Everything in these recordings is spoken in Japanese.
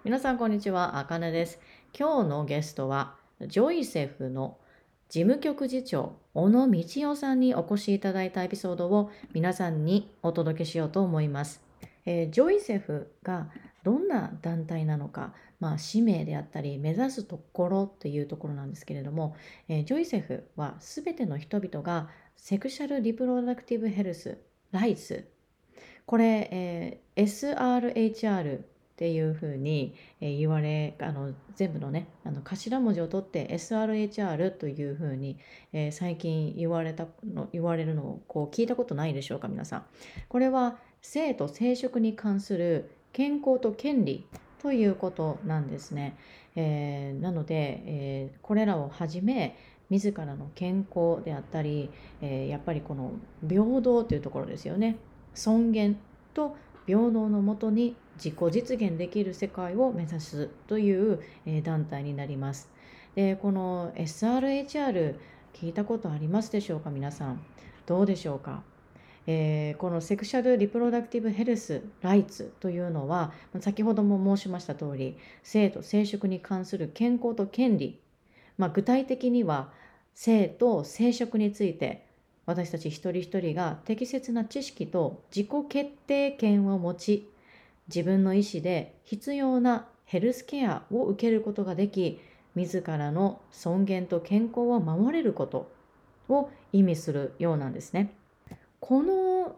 皆さんこんにちは、あかねです。今日のゲストはジョイセフの事務局次長小野道夫さんにお越しいただいたエピソードを皆さんにお届けしようと思います。ジョイセフがどんな団体なのか、使命であったり目指すところっていうところなんですけれども、ジョイセフはすべての人々がセクシャルリプロダクティブヘルスライツ、これ、SRHR っていうふうに言われ、全部のね、頭文字を取って SRHR というふうに、最近言われるのを聞いたことないでしょうか、皆さん。これは性と生殖に関する健康と権利ということなんですね。なので、これらをはじめ自らの健康であったり、やっぱりこの平等というところですよね。尊厳と平等のもとに自己実現できる世界を目指すという団体になります。で、この SRHR 聞いたことありますでしょうか、皆さん。どうでしょうか。このセクシャルリプロダクティブヘルスライツというのは、先ほども申しました通り、性と生殖に関する健康と権利、具体的には性と生殖について私たち一人一人が適切な知識と自己決定権を持ち、自分の意思で必要なヘルスケアを受けることができ、自らの尊厳と健康を守れることを意味するようなんですね。この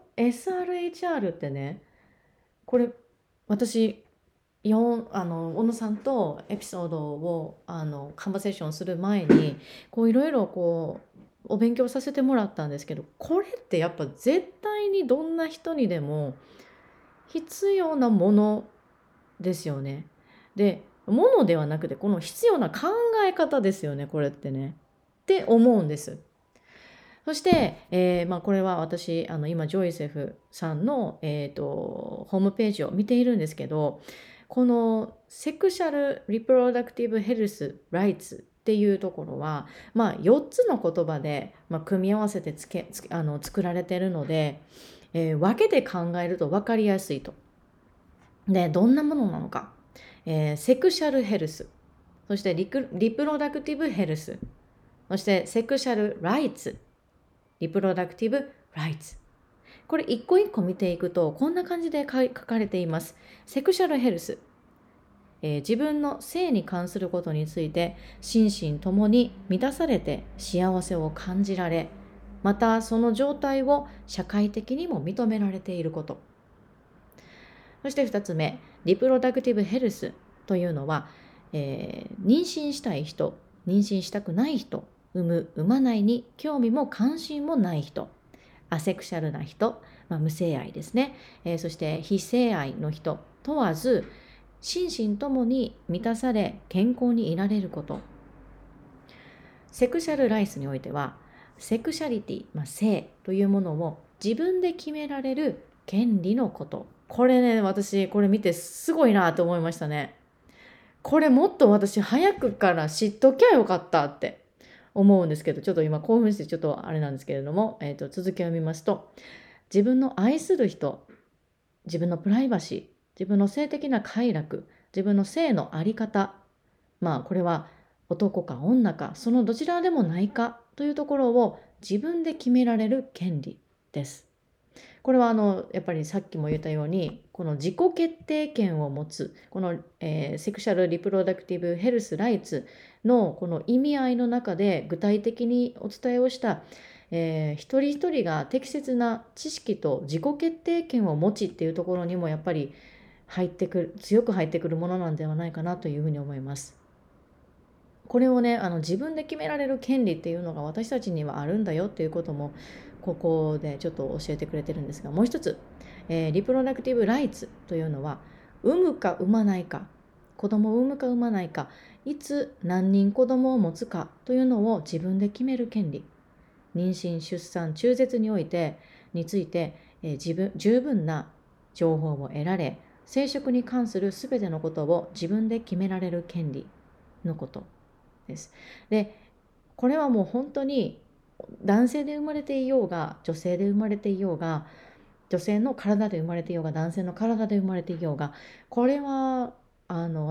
SRHR ってね、これ私小野さんとエピソードをカンバセーションする前にいろいろお勉強させてもらったんですけど、これってやっぱ絶対にどんな人にでも必要なものですよね。で、ものではなくてこの必要な考え方ですよね、これってね。って思うんです。そして、これは私今ジョイセフさんの、ホームページを見ているんですけど、このセクシャルリプロダクティブヘルスライツっていうところは、4つの言葉で、組み合わせて作られているので、分けて考えると分かりやすいと。で、どんなものなのか。セクシャルヘルス、そしてリプロダクティブヘルス、そしてセクシャルライツ、リプロダクティブライツ。これ一個一個見ていくとこんな感じで書かれています。セクシャルヘルス、自分の性に関することについて心身ともに満たされて幸せを感じられ、またその状態を社会的にも認められていること。そして2つ目、リプロダクティブヘルスというのは、妊娠したい人、妊娠したくない人、産む産まないに興味も関心もない人、アセクシャルな人、無性愛ですね、そして非性愛の人問わず心身ともに満たされ健康にいられること。セクシャルライスにおいてはセクシャリティ、性というものを自分で決められる権利のこと。これね、私これ見てすごいなと思いましたね。これもっと私早くから知っときゃよかったって思うんですけど、ちょっと今興奮してちょっとあれなんですけれども、続きを見ますと、自分の愛する人、自分のプライバシー、自分の性的な快楽、自分の性の在り方、これは男か女かそのどちらでもないかというところを自分で決められる権利です。これはやっぱりさっきも言ったようにこの自己決定権を持つこの、セクシャルリプロダクティブヘルスライツのこの意味合いの中で具体的にお伝えをした、一人一人が適切な知識と自己決定権を持ちっていうところにもやっぱり強く入ってくるものなんではないかなというふうに思います。これをね、自分で決められる権利っていうのが私たちにはあるんだよっていうこともここでちょっと教えてくれてるんですが、もう一つ、リプロダクティブライツというのは産むか産まないか、子供を産むか産まないか、いつ何人子供を持つかというのを自分で決める権利。妊娠出産中絶について、十分な情報を得られ、生殖に関するすべてのことを自分で決められる権利のことです。で、これはもう本当に男性で生まれていようが女性で生まれていようが、女性の体で生まれていようが男性の体で生まれていようが、これは私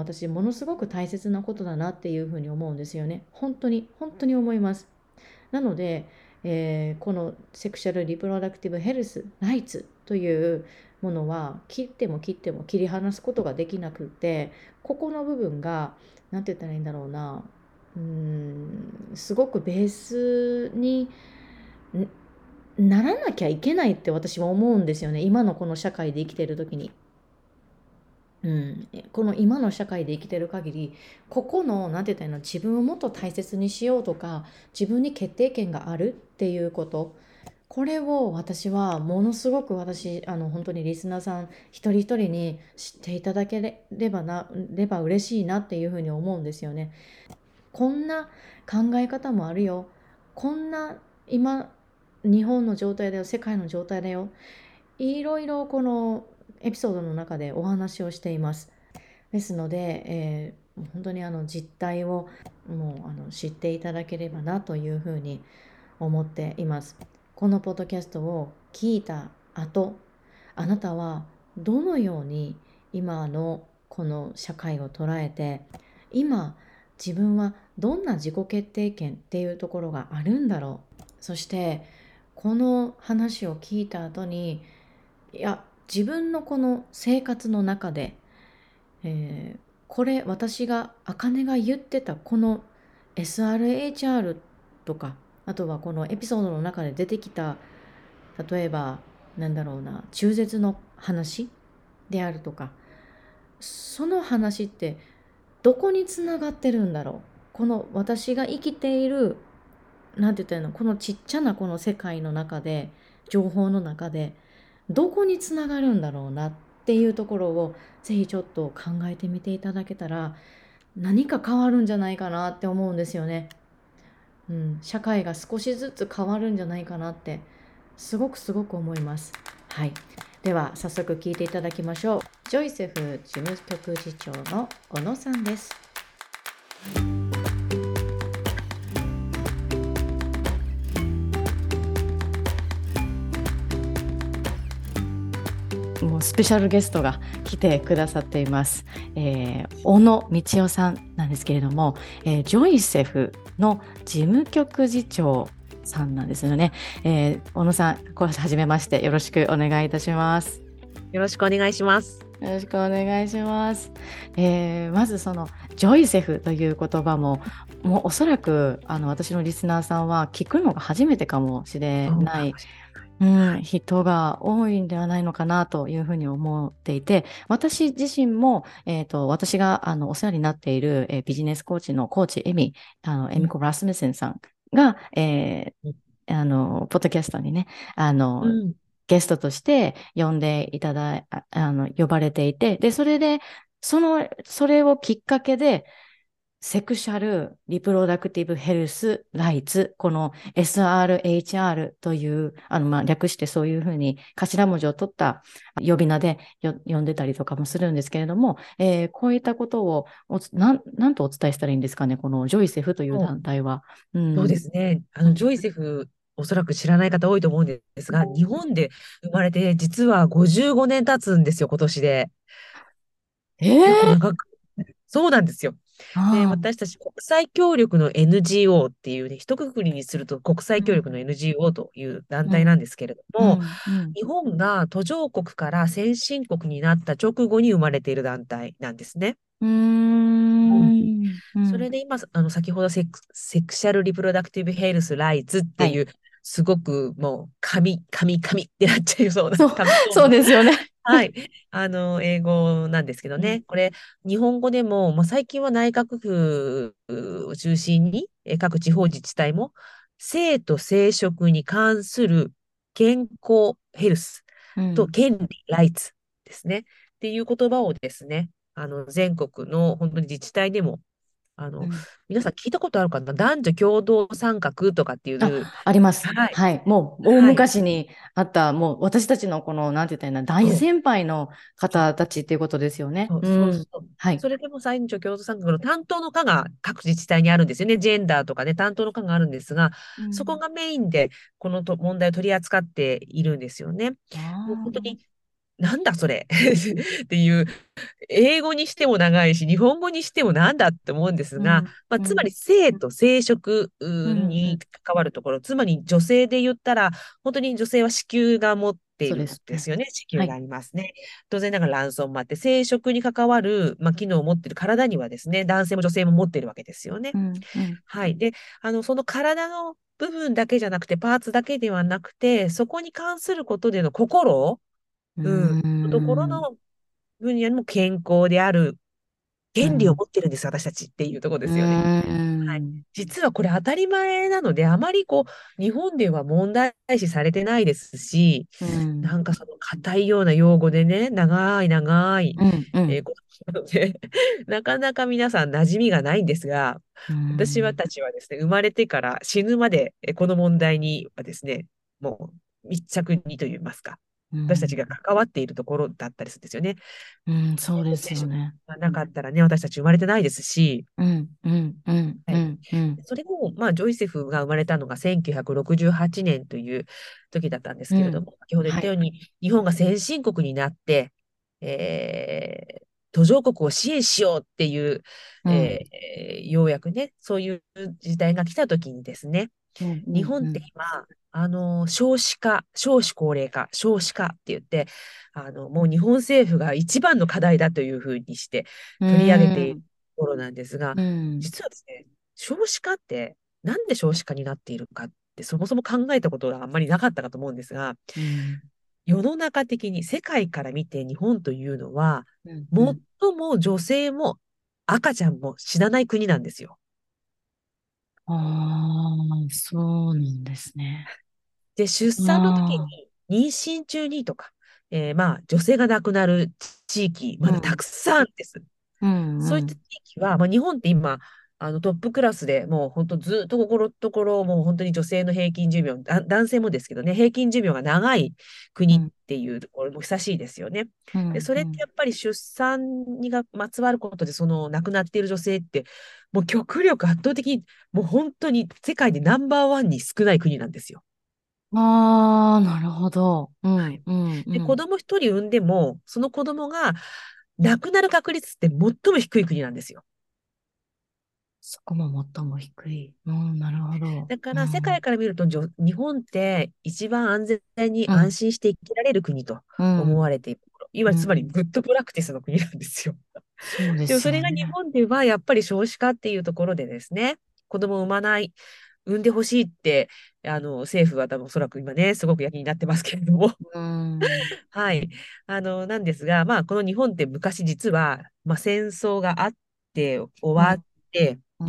私ものすごく大切なことだなっていうふうに思うんですよね。本当に本当に思います。なので、このセクシャルリプロダクティブヘルスライツというものは切っても切っても切り離すことができなくって、ここの部分が何て言ったらいいんだろうな、すごくベースにならなきゃいけないって私は思うんですよね、今のこの社会で生きてる時に。この今の社会で生きてる限り、ここの何て言ったらいいの、自分をもっと大切にしようとか、自分に決定権があるっていうこと、これを私はものすごく本当にリスナーさん一人一人に知っていただければ嬉しいなっていうふうに思うんですよね。こんな考え方もあるよ。こんな今日本の状態だよ、世界の状態だよ。いろいろこのエピソードの中でお話をしています。ですので、本当に実態をもう知っていただければなというふうに思っています。このポッドキャストを聞いた後、あなたはどのように今のこの社会を捉えて、今自分はどんな自己決定権っていうところがあるんだろう。そしてこの話を聞いた後に、いや、自分のこの生活の中で、これ私が茜が言ってたこの SRHR とか、あとはこのエピソードの中で出てきた、例えばなんだろうな、中絶の話であるとか、その話ってどこにつながってるんだろう。この私が生きている、なんて言ったらいいの、このちっちゃなこの世界の中で、情報の中でどこにつながるんだろうなっていうところを、ぜひちょっと考えてみていただけたら、何か変わるんじゃないかなって思うんですよね。社会が少しずつ変わるんじゃないかなってすごくすごく思います。はい。では早速聞いていただきましょう。ジョイセフ事務局次長の小野さんです。もうスペシャルゲストが来てくださっています。小野道夫さんなんですけれども、ジョイセフの事務局次長さんなんですよね。小野さん、はじめまして、よろしくお願いいたします。 よろしくお願いします。 よろしくお願いします。まずそのジョイセフという言葉もおそらく私のリスナーさんは聞くのが初めてかもしれない人が多いんではないのかなというふうに思っていて、私自身も、私がお世話になっている、ビジネスコーチのコーチエミコ・ラスムセンさんが、ポッドキャストにね、ゲストとして呼ばれていて、で、それで、それをきっかけで、セクシャルリプロダクティブヘルスライツ、この SRHR という、略してそういうふうに頭文字を取った呼び名で呼んでたりとかもするんですけれども、こういったことをなんとお伝えしたらいいんですかね、このジョイセフという団体は。 そうですね。ジョイセフ、おそらく知らない方多いと思うんですが、日本で生まれて実は55年経つんですよ、今年で。結構長く。そうなんですよ。で、私たち国際協力の NGO っていうね、一括りにすると国際協力の NGO という団体なんですけれども、日本が途上国から先進国になった直後に生まれている団体なんですね。それで今、先ほどセクシャルリプロダクティブヘルスライツっていう、すごくもう、神ってなっちゃいそうな、 そうですよね。 はい。英語なんですけどね。これ、日本語でも、最近は内閣府を中心に、各地方自治体も、性と生殖に関する健康、ヘルスと権利、ライツですね。っていう言葉をですね、全国の本当に自治体でも、皆さん聞いたことあるかな、男女共同参画とかっていう。 あります。 はい。 はい。もう大昔にあった、もう私たちのこの、なんて言ったらいいな、大先輩の方たちっていうことですよね。はい。 それでも男女共同参画の担当の課が各自治体にあるんですよね。ジェンダーとかね、担当の課があるんですが、そこがメインでこの問題を取り扱っているんですよね。もう本当になんだそれっていう、英語にしても長いし、日本語にしてもなんだって思うんですが、 うん、 まあ、 うん、 つまり性と生殖うん、うにん。 関わるところ、つまり女性で言ったら、本当に女性は子宮が持っていそうるですね。 んですよね。子はい。 宮がありますね。当然ながら卵巣もあって、生殖に関わる、まあ、機能を持っている体にはですね、男性も女性も持っているわけですよね。 うん、うん、 はい。で、その体の部分だけじゃなくて、パーツだけではなくて、そこに関することでの心、 うーうん、ところん、 の分野にも健康である権利をうん、 持ってるんです、私たちっていうところでうーすよね。はい。 ん、 実はこれ当たり前なので、あまり日本では問題視されてないですし、 うん、 なんかその硬いような用語でね、長い長い、 うん、うん、 ことなので、なかなか皆さん馴染みがないんですが、 うん、 私はたちはですね、生まれてから死ぬまで、この問題にはですね、もう密着にといいますか、私たちうん、 が関わっているところだったりするんですよね。 うん、そうです接触よね。 がなかったらね、私たち生まれてないですし、 うん、うん、うん、 はい。 うん、うん、 それも、まあ、ジョイセフが生まれたのが1968年という時だったんですうん。 けれども、先ほど言っはい。 たように、日本が先進国になって、途上国を支援しようっていう、 うん、 ようやくね、そういう時代が来た時にですね、 うん、うん、 日本ってうん、 今、少子化、少子高齢化、少子化って言って、もう日本政府が一番の課題だというふうにしてう取り上げているん、 ところなんですが、 うん、 実はですね、少子化ってなんで少子化になっているかってそもそも考えたことがあんまりなかったかと思うんですが、 うん、 世の中的に世界から見て日本というのは、 うん、う最ん。 も女性も赤ちゃんも死なない国なんですよ。 ああ、そうなんですね。 で、出産の時あに、妊娠中にとか、まあ、女性が亡くなる地域、 あ、うん、 まだたくさんです。 うん、うん、 そういった地域は、まあ、日本って今、トップクラスでもう本当ずっとここのところ、もう本当に女性の平均寿命、男性もですけどね、平均寿命が長い国っうん、 ていうところも久しいですよね。で、 うん、 それってうん。 やっぱり出産にがまつわることで、その亡くなっている女性って、もう極力圧倒的に、もう本当に世界でナンバーワンに少ない国なんですよ。 ああ、なるほど。うん、 はい。 うん、うで、子ん。 供一人産んでも、その子供が亡くなる確率って最も低い国なんですよ。 そこも最も低い。うん、なるほど。 だから世界うん、 から見ると、日本って一番安全にうん、 安心して生きられる国とうん、 思われているところ。いわゆるつまりうん。 グッドプラクティスの国なんですよ。 そうででもそれが日すよね。 本ではやっぱり少子化っていうところでですね、子供を産まない、産んでほしいって、政府は多分おそらく今ね、すごく躍起になってますけれども、 うん、 はい。なんですが、まあ、この日本って昔実は、まあ、戦争があってうん、 終わって、 うん、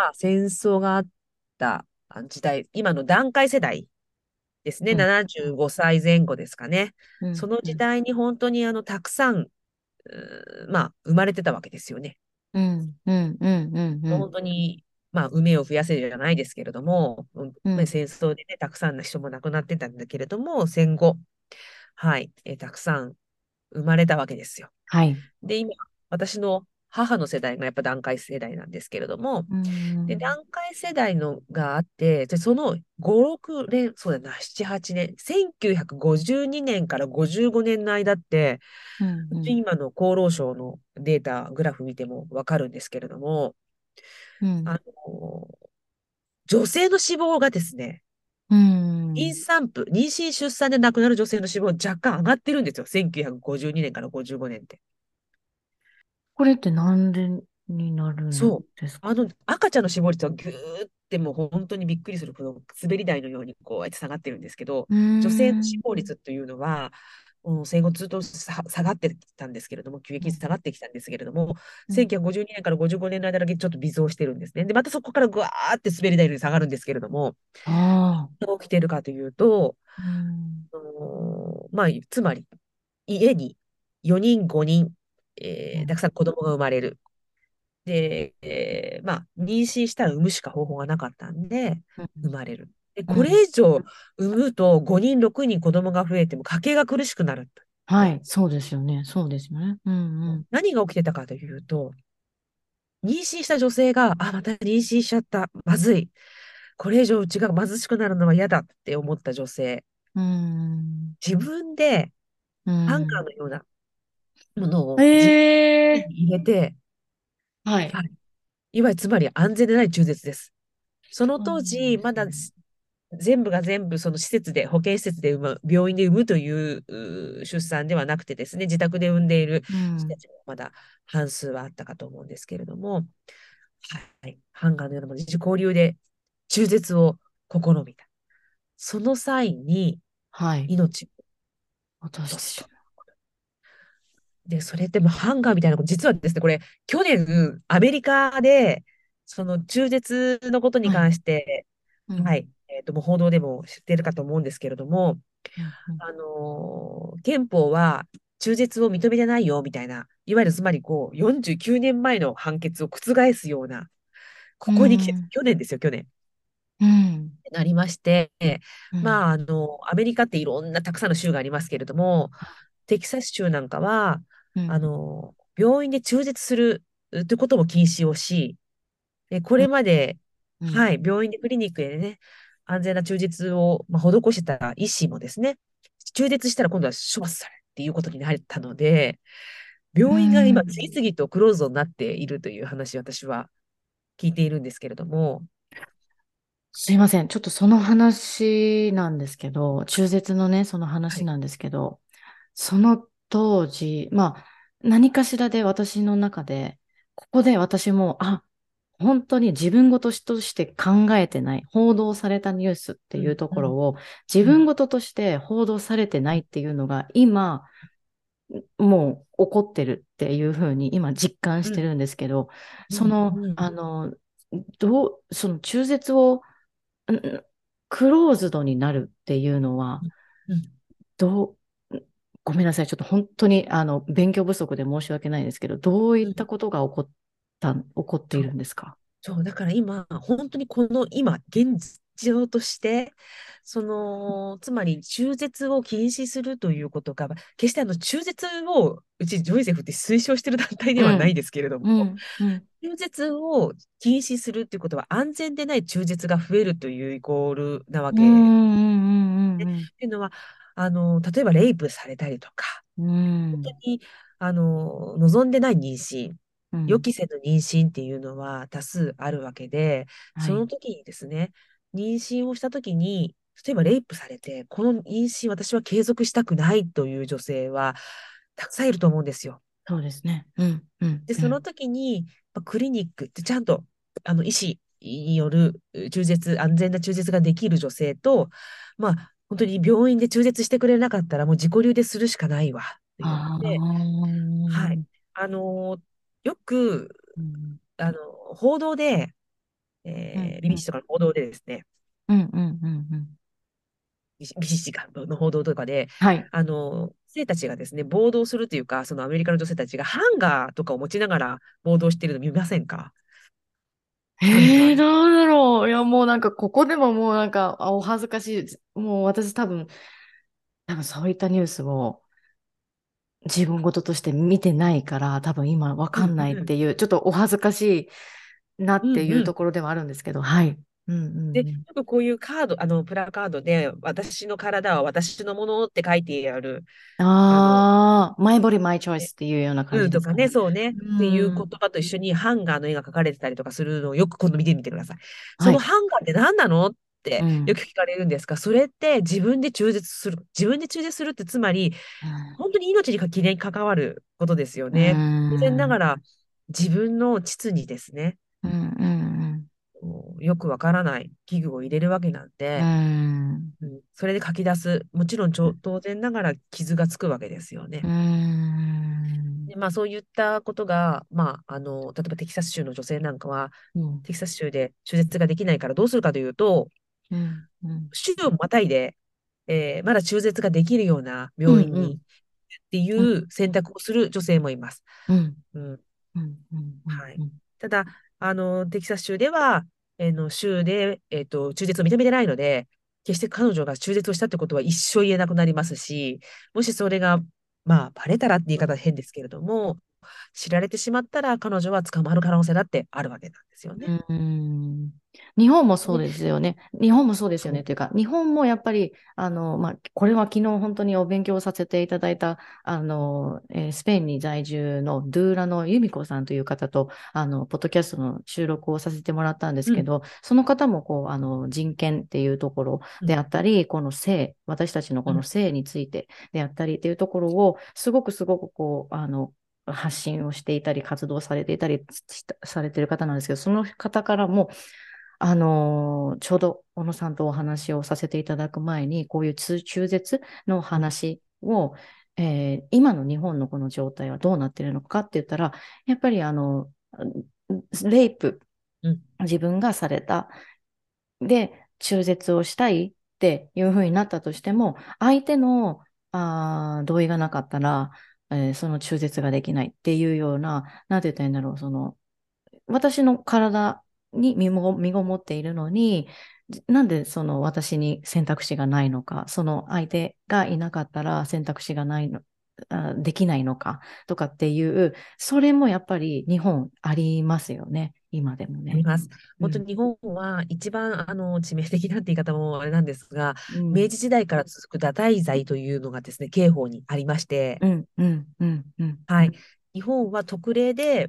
まあ、戦争があった時代、今の団塊世代ですね、 うん、 75歳前後ですかね。 うん、 そのうん、 時代に本当にたくさん、まあ、生まれてたわけですよね。 うん、うん、うん、うん、うん、 本当に、まあ、産を増やせるじゃないですけれども、まあうん。 戦争でね、たくさんの人も亡くなってたんだけれども、戦後、はい、たくさん生まれたわけですよ。 はい。 で、今、私の母の世代がやっぱ団塊世代なんですけれども、 うで、 ん、 団塊世代のがあって、で、その5、6年、そうだな、7、8年、1952年から55年の間って、 うん、うん、 今の厚労省のデータ、グラフ見てもわかるんですけれども、 うん、 あの、女性の死亡がですね、 うん。 妊産婦、妊娠出産で亡くなる女性の死亡若干上がってるんですよ。1952年から55年って。 これってなんでになるんそう。 ですか？ 赤ちゃんの死亡率はぐーってもう本当にびっくりする、この滑り台のようにこうやって下がってるんですけど、 うー女性の死ん、 亡率というのは、戦後ずっと下がってきたんですけれども、急激に下がってきたんですけれども、 うん、 1952年から55年の間だけちょっと微増してるんですね。で、またそこからぐわーって滑り台のように下がるんですけれども、 ああ、 どう起きてるかというと、 うん、 まあ、つまり、家に4人、5人、 うん、 たくさん子供が生まれる。で、まあ、妊娠したら産むしか方法がなかったんで、 うん、 生まれる。で、こうん。 れ以上産むと5人、6人子供が増えても家計が苦しくなるって。 はい、そうですよね。そうですよね。うん、うん、 何が起きてたかというと、妊娠した女性が、あ、また妊娠しちゃった。まずい。これ以上うちが貧しくなるのは嫌だって思った女性。 うん、 自分でうハンガーん。 のようなものをええ、 に入れて、 はい。 はい。いわゆるつまり安全でない中絶です。そのそうな当時、 んですね。 まだ全部が全部その施設で、保健施設で産む、病院で産むという出産ではなくてですね、自宅で産んでいるうん。 人たちもまだ半数はあったかと思うんですけれども、はい。ハンガーのようなもの、自己流で中絶を試みた。その際にはい。 命を落として落とすと。 しまで、それってもうハンガーみたいなこと、実はですね、これ、去年、アメリカで、その中絶のことう。はい。 に関して、 うん。 はい、もう報道でも知っているかと思うんですけれども、 うん。うん。 憲法は中絶を認めてないよ、みたいな、いわゆるつまりこう、49年前の判決を覆すような、 うここに来て、 ん。 去年ですよ、去年。 うん。 なりまして、 うん。 まあ、アメリカっていろんなたくさんの州がありますけれども、テキサス州なんかは、 うん。 病院で中絶するということも禁止をし、これまで、 うん。 はい、病院でクリニックでね、安全な中絶を、まあ、施してた医師もですね、中絶したら今度は処罰されるっていうことになったので、 う病院が今ん。 次々とクローズドになっているという話を私は聞いているんですけれども、 すいません。ちょっとその話なんですけど、中絶のね、そのはい。 話なんですけど、その当時、まあ、何かしらで私の中で、ここで私も、本当に自分事として考えてない、報道されたニュースってうん、 いうとうん、 ころを、自うん、 分事として報道されてないっていうのが、今、もう起こってるっていうふうに今実感うん、 してるんですけど、 うん、 その、 うん、 その中絶を、んクローズドになるっていうのは、 うん。 どごめんなさい。ちょっと本当に、勉強不足で申し訳ないんですけど、どういうん。 ったことが起こっていそう、 るんですか？ そう、だから今、本当にこの今、現状として、つまり中絶を禁止するということが、決して中絶を、うちジョイセフって推奨している団体ではないうん、 ですけれども、 うん、うん、 中絶を禁止するということは安全でない中絶が増えるというイコールなわうん、 けうん、うん、 っていうのは、例えばレイプされたりとか、 うん、うん、 本当に、望んでない妊娠、 うん、 予期せぬ妊娠っていうのは多数あるわけで、 はい、 その時にですね、妊娠をした時に、例えばレイプされて、この妊娠私は継続したくないという女性はたくさんいると思うんですよ。 そうですね。うん、うん、 で、そのうん、 時に、クリニックってちゃんと、医師による中絶、安全な中絶ができる女性と、まあ、本当に病院で中絶してくれなかったらもう自己流でするしかないわ、というのあで、 あ、 はい。あの、よく、 うん、 あの、報道で、 うん、うん、 BBC とかの報道でですね、 うん、うん、うん、うん、 BBC かの報道とかで、 はい。 女性たちがですね、暴動するというか、そのアメリカの女性たちがハンガーとかを持ちながら暴動してるの見ませんか？ハンガー。 どうだろう。いや、もうなんか、ここでももうなんか、お恥ずかしい。もう私多分そういったニュースを自分事として見てないから、多分今わうんかんないっうん。 ていう、ちょっとお恥ずかしいなっていううんうん。 ところではあるんですけど、はい。うんうで、 んよくこういうカード、プラカードで、私の体は私のものって書いてある、 うん。 あの、 マイボディマイチョイスっていうような感うんとかね、 じですかね。 そうね、 うっていう言ん。 葉と一緒にハンガーの絵が描かれてたりとかするのをよく今度見てみてください。そのはい。 ハンガーって何なのってようん。 く聞かれるんですが、それって自分で中絶する。自分で中絶するってつまり、本当に命に関わることですようね。当然なん。 がら自分の膣にですね、 うん。うん。 よくわからない器具を入れるわけなんうで、 ん。 それで書き出す。もちろん当然ながら傷がつくわけですよね。 うん。 で、まあそういったことが、まあ、例えばテキサス州の女性なんかは、 うん。 テキサス州で手術ができないからどうするかというと、 うん。うん。 州をまたいで、まだ中絶ができるようなうん。 病院にっていうん。 う選択をする女性もいます。 うん。 うん、 うん。うん。うん。 はい。 うん。 ただ、テキサス州では、州で、中絶を認めてないので、決して彼女が中絶をしたってことは一生言えなくなりますし、もしそれが、まあ、バレたらって言い方は変ですけれども、 知られてしまったら彼女は捕まる可能性だってあるわけなんですよね。 うん。日本もそうで、 ですよね。日本もそうですよそう。 ね。というか、日本もやっぱり、これは昨日本当にお勉強させていただいた、スペインに在住のドゥーラのユミコさんという方と、ポッドキャストの収録をさせてもらったんですうん、 けど、その方も、人権っていうところうん、 であったり、この性、私たちのこのうん。 性についてであったりっていうところを、すごくすごく発信をしていたり、活動されていたりされている方なんですけど、その方からも、ちょうど小野さんとお話をさせていただく前に、こういう中絶のうん、 話を、今の日本のこの状態はどうなっているのかって言ったら、やっぱりレイプ、 うん、 自分がされた、で、中絶をしたいっていうふうになったとしても、相手の同意がなかったら、その中絶ができないっていうような、なんて言ったらいいんだろう、私の体に身ごもっているのに、なんでその私に選択肢がないのか、その相手がいなかったら選択肢がないの、できないのかとかっていう、それもやっぱり日本ありますよね、今でもね。 あります。 うん、 本当に日本は一番致命的なって言い方もあれなんですが、 うん、 明治時代から続く堕胎罪というのがですね、刑法にありまして、 うん、うん、うん、うん、うはい。 ん。 日本は特例で、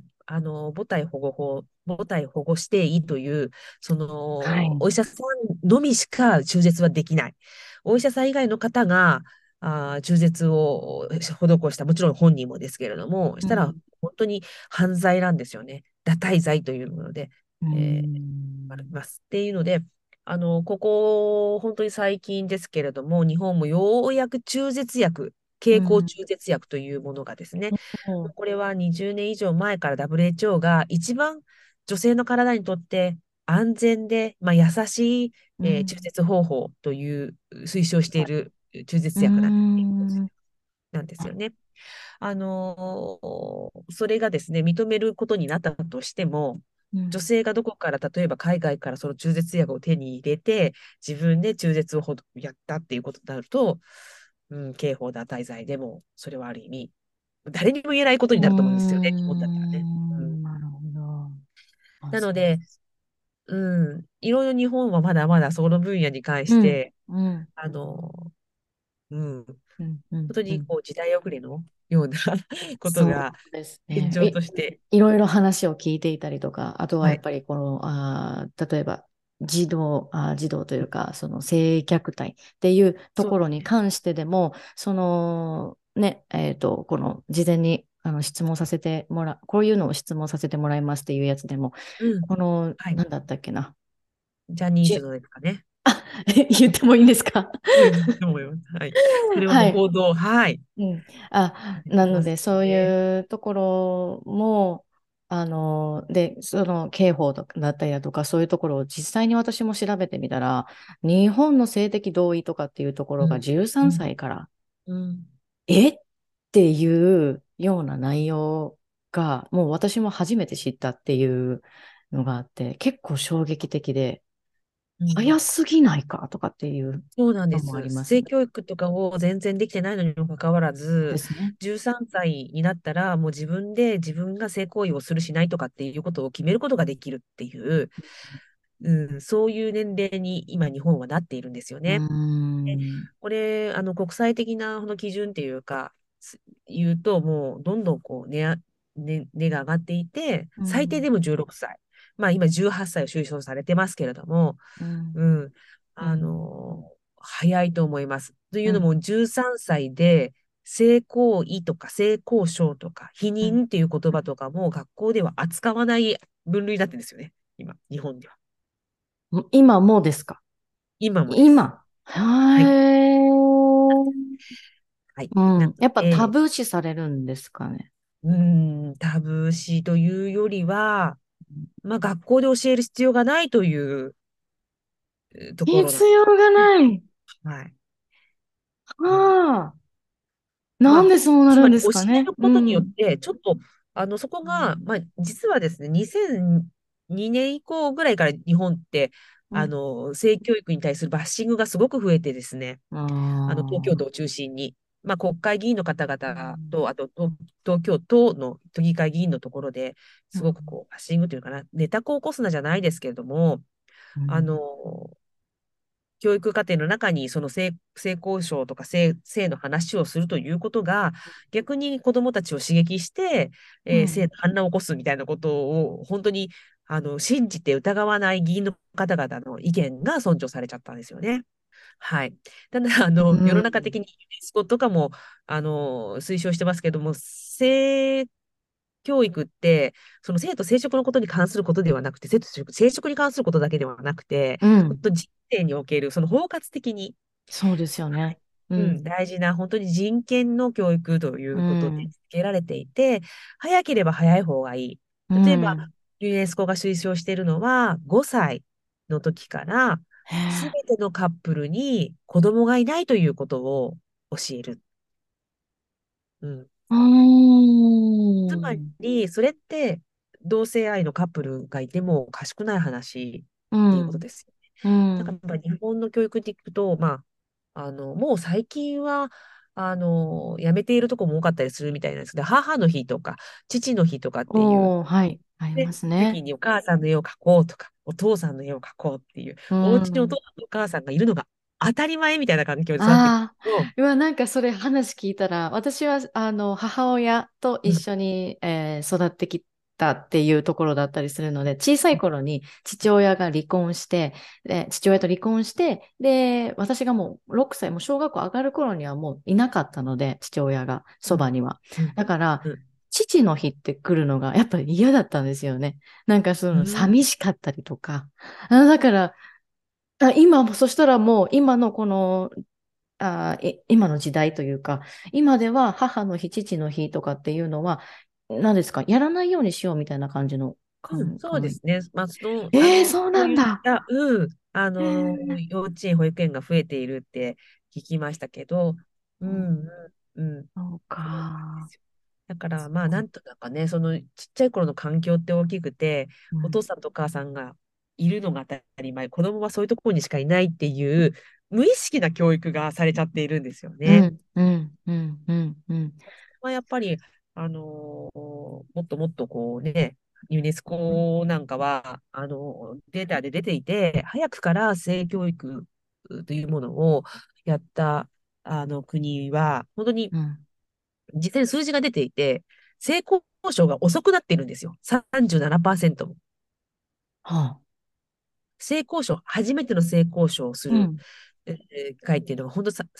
母体保護指定医という、 はい。 お医者さんのみしか中絶はできない。お医者さん以外の方が、中絶を施した、もちろん本人もですけれども、したらうん、 本当に犯罪なんですよね。堕胎罪というもので、 うえありん、 ます。っていうので、ここ、本当に最近ですけれども、日本もようやく中絶薬、経口うん、 中絶薬というものがですね、 うん、 これは20年以上前から WHO が一番女性の体にとって安全で、優しい、中うん、 絶方法という推奨している中う絶薬ん、 なんですよね。それがですね、認めることになったとしても、女うん、 性がどこから、例えば海外からその中絶薬を手に入れて、自分で中絶をやったっていうことになると、刑法堕胎罪でも、それはある意味、誰にも言えないことにうなると思うんですよね、日本だったらね。 ん、なるほど。あ、 なので、 そうです。 いろいろ日本はまだまだその分野に関しうん、 て、 うん、 あの、本うん、うん、 当うん。 にこう時代遅れのようなことがそうですね。 現状としていろいろ話を聞いていたりとか、あとははい。 やっぱり例えば児童というか、その性虐待っていうところそうですね。 に関してでも、この事前に質問させてもらう、こういうのを質問させてもらいますっていうやつでも、 うん。はい。 なんだったっけな。 ジャニーじゅズのですかね。 言ってもいいんですか？ うん、と思います。はい。それはもはい。 う報道、はい。 うん。なので、 ますそうね。 いうところも、その刑法とかだったりだとか、そういうところを実際に私も調べてみたら、日本の性的同意とかっていうところがうん。 13 うん。 歳から、 うん。 っていうような内容が、もう私も初めて知ったっていうのがあって、結構衝撃的で、 うん。 早すぎないかとかっていうそうなんでのもあす。 ります。 性教育とかを全然できてないのにもかかわらず、 ですね。 13歳になったらもう自分で自分が性行為をするしないとかっていうことを決めることができるっていう、そういう年齢に今日本はなっているんですようーね。でん。 これ、国際的なこの基準っていうか、言うと、もうどんどんこう値が上がっていて、 うん。 最低でも16歳。まあ今18歳を推奨されてますけれども、 うん。 うん、 うん。 早いと思います。というん。 うのも、13歳で性行為とか性交渉とか避うん。 妊っていう言葉とかも学校では扱わない分類になってるんですよね。今、日本では。 今もうですか？ 今もです。 今。ははい。 い。 はい。なのうん。やっぱタで、 ブー視されるんですかね。 タブー視というよりは、学校で教える必要がないというところなんで必要がすね。 ない。 はい。うん。 はあ。 まあ、 なんでそうなるんでつまり教すかね。 えることによっうん。 て、ちょっと、そこが、実はですね、2002年以降ぐらいから日本って、 うん。 性教育に対するバッシングがすごく増えてですね、 あ東京都をあ。 中心に。 まあ、国会議員の方う 々 ん。 と、あと東京都の都議会議員のところでうん。 すごくこう、発信というかな、ネタを起こすなじゃないですけれども、あうん。 の、教育課程の中にその性交渉とか性の話をするということが、逆に子どもたちを刺激して、性の反乱を起こすみたいなことを、本当に信じて疑わない議員の方々の意見が尊重されちゃったんですよね。はい。ただ、世のうん。 中的にユネスコとかも、推奨してますけども、性教育って、その生徒生殖のことに関することではなくて、生殖に関することだけではなくて、 うん。 本当人生における、その包括的に、 そうですよね。ううん、 ん。 大事な、本当に人権の教育といううことでん。 付けられていて、早ければ早い方がいい。 う例えば、 ん。 ユネスコが推奨しているのは、5歳の時から、すべへえ。 てのカップルに子供がいないということを教える。うん。 うーつまん。 り、それって、同性愛のカップルがいてもおかしくない話っていうことうん。 ですよね。 うん。 だから、日本の教育でいくと、まあ、もう最近は、やめているとこも多かったりするみたいなんですけど、母の日とか、父の日とかっていう、 おー、はい。ありまで、 すね。 時にお母さんの絵を描こうとか、お父さんの絵を描こうっていう、 うお家にお父ん。 さんとお母さんがいるのが当たり前みたいな環境で育ってくるあと、 あ、なんかそれ話聞いたら、私は母親と一うん、 緒に、育ってきたっていうところだったりするので、小さい頃に父親が離婚して、父親と離婚して、で、私がもう6歳、もう小学校上がる頃にはもういなかったので、父親がうん、 そばには。 うん、 だから、 うん、 父の日って来るのがやっぱり嫌だったんですよね。なんかそのうん、 寂しかったりとか。だから、今も、そしたらもう今のこの今の時代というか、今では母の日、父の日とかっていうのは、何ですか、やらないようにしようみたいな感じのうん、そうですね。まあ、 そうそういっなんだ。 た、うん、 へー。 幼稚園、保育園が増えているって聞きましたけど、ううん。 ん、うん、うん、 そうそうなんでか。 すよ。だから、まあ、 そう。 なんとかね、そのちっちゃい頃の環境って大きくて、 うん。 お父さんとお母さんがいるのが当たり前、子供はそういうところにしかいないっていう、無意識な教育がされちゃっているんですよね。 うん、うん、うん、うん、うん。 まあ、やっぱり、もっともっとこうね、ユネスコなんかは、データで出ていて、早くから性教育というものをやった、国は、本当にうん。 実際に数字が出ていて、性交渉が遅くなっているんですよ。37%も。 はあ。 性交渉、初めての性交渉をする、 うん。 会っていうのが、本当さ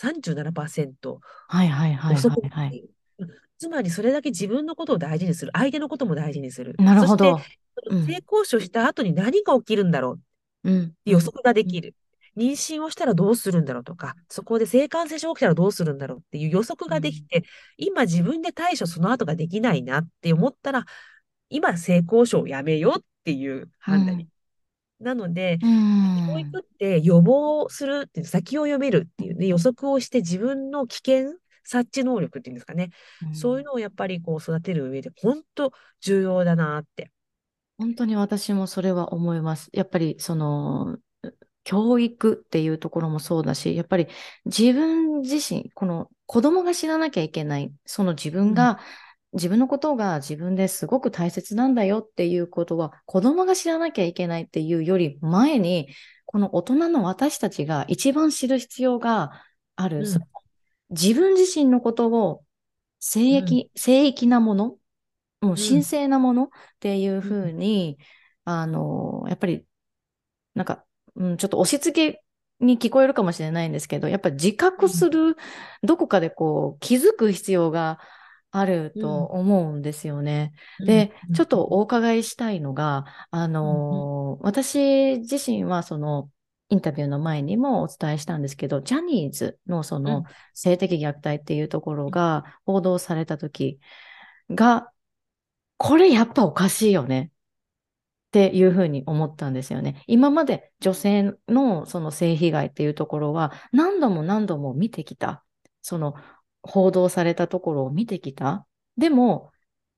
37% はい、はい、はい、 遅くはい、はい。 なっている。つまり、それだけ自分のことを大事にする。相手のことも大事にする。 なるそして、 ほど。うん、 性交渉した後に何が起きるんだろううん、うん、 予測がでうん、 きる。妊娠をしたらどうするんだろうとか、そこで性感染症が起きたらどうするんだろうっていう予測うん、 ができて、今自分で対処その後ができないなって思ったら、今性交渉をやめようっていう判断に。 うん、 なので、 う教ん、 育って予防するっていう、先を読めるっていうね、予測をして自分の危険察知能力っていうんですかね。 うん。 そういうのをやっぱりこう育てる上で、本当重要だなって。 本当に私もそれは思います。やっぱり教育っていうところもそうだし、やっぱり自分自身、この子供が知らなきゃいけない、そのうん、 自分のことが自分ですごく大切なんだよっていうことは、子供が知らなきゃいけないっていうより前に、この大人の私たちが一番知る必要がある。 うん、 自分自身のことをうん、 聖域なもの、もううん、 神聖なものっていうふううん、 に、やっぱりなんか、ちょっと押し付けに聞こえるかもしれないんですけど、やっぱり自うん、 覚する、どこかでこう気づく必要があるとうん、 思うんですよね。 うん、 で、 うん、 ちょっとお伺いしたいのが、 うん、うん、 私自身はインタビューの前にもお伝えしたんですけど、ジャニーズのそのうん、 性的虐待っていうところが報道された時が、これやっぱおかしいよね。っていうふうに思ったんですよね。今まで女性のその性被害っていうところは何度も何度も見てきた。その報道されたところを見てきた。でも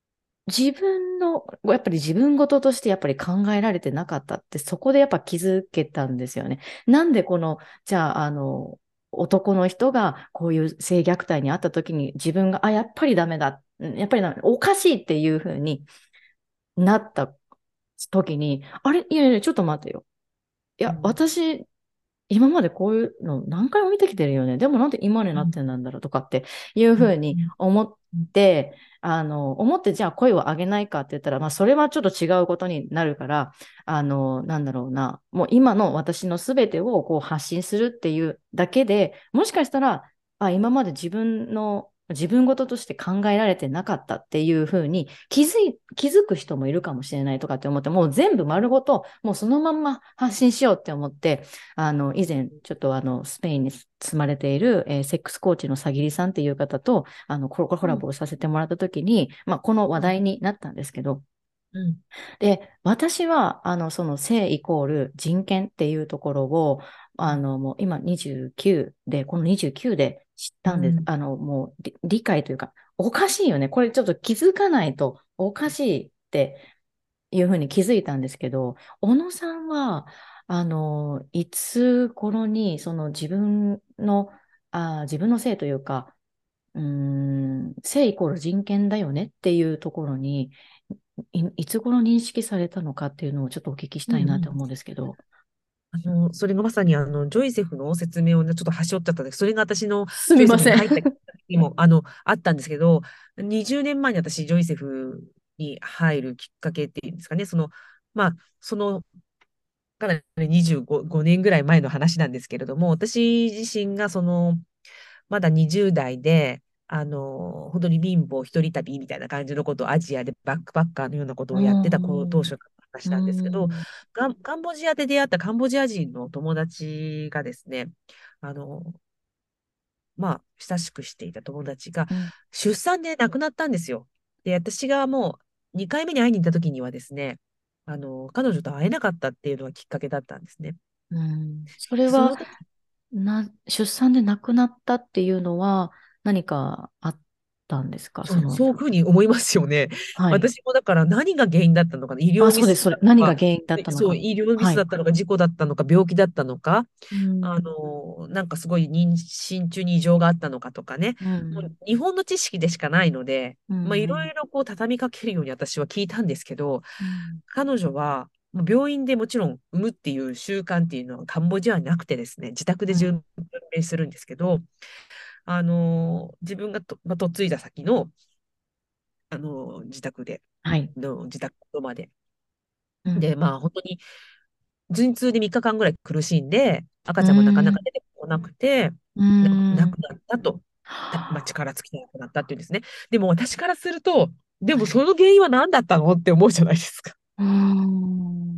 やっぱり自分事としてやっぱり考えられてなかったってそこでやっぱ気づけたんですよね。なんでじゃあ、 男の人がこういう性虐待にあった時に自分が、あ、やっぱりダメだ、やっぱりおかしいっていうふうになった時に、あれ、いやいや、ちょっと待ってよ。いや、 うん、 私、今までこういうの何回も見てきてるよね。でもなんで今にうん、 なってなんだろうとかっていうふうん、 うにうん、 思っうん、 て、思ってじゃあ声を上げないかって言ったら、まあそれはちょっと違うことになるから、なんだろうな、もう今の私のすべてをこう発信するっていうだけで、もしかしたら、あ、今まで自分事として考えられてなかったっていうふうに気づく人もいるかもしれないとかって思って、もう全部丸ごと、もうそのまんま発信しようって思って、以前、ちょっとスペインに住まれている、セックスコーチのさぎりさんっていう方と、コラボをさせてもらった時に、まあ、この話題になったんですけど、 うん、 で、私は、その性イコール人権っていうところを、もう今29で、この29で知ったんです。 うん、 もう理解というか、おかしいよね。これちょっと気づかないとおかしいっていうふうに気づいたんですけど、小野さんは、いつ頃に、その自分の性というか、性イコール人権だよねっていうところに、いつ頃認識されたのかっていうのをちょっとお聞きしうん、 たいなうん。 と思うんですけど。 それがまさにジョイセフの説明をね、ちょっと端折っちゃったんです。それが私のジョイセすみません。 フに入った時も、あったんですけど、20年前に私、ジョイセフに入るきっかけっていうんですかね、まあ、かなり25年ぐらい前の話なんですけれども、私自身がまだ20代で、本当に貧乏一人旅みたいな感じのことをアジアでバックパッカーのようなことうーをやってた頃当ん。 初のうー話なんですけど、 ん。 カンボジアで出会ったカンボジア人の友達がですね、あの、親しくしていた友達がうん。 出産で亡くなったんですよ。で、私がもう2回目に会いに行った時にはですね、彼女と会えなかったっていうのがきっかけだったんですね。 うん。それは、 その時出産で亡くなったっていうのは何かあったんですか？ そういうふうに思いますよね。 はい。 私もだから何が原因だったのかな、医あ、 療ミそうです。それ。 スなのか、 何が原因だったのそう、 か。 医療ミはい。 スだったのか、事故だったのか、病気だったのか、 うん。 なんかすごい妊娠中に異常があったのかとかね、 うん。 もう日本の知識でしかないので、 ういろん。 いろこう畳みかけるように私は聞いたんですけど、 うん。 彼女は、もう病院でもちろん産むっていう習慣っていうのはカンボジアはなくてですね、自宅でうん。 準備するんですけど、自分が嫁いだ先の自宅で、 はい。 自宅まで。 うん。 で、本当に、陣痛で3日間ぐらい苦しんで、赤うちゃんもなかなかん。 出てこなくて、 うん。 亡くなったと、力尽きて亡くなったっていうんですね。でも私からすると、でもはい。 その原因は何だったのって思うじゃないですか。 うん。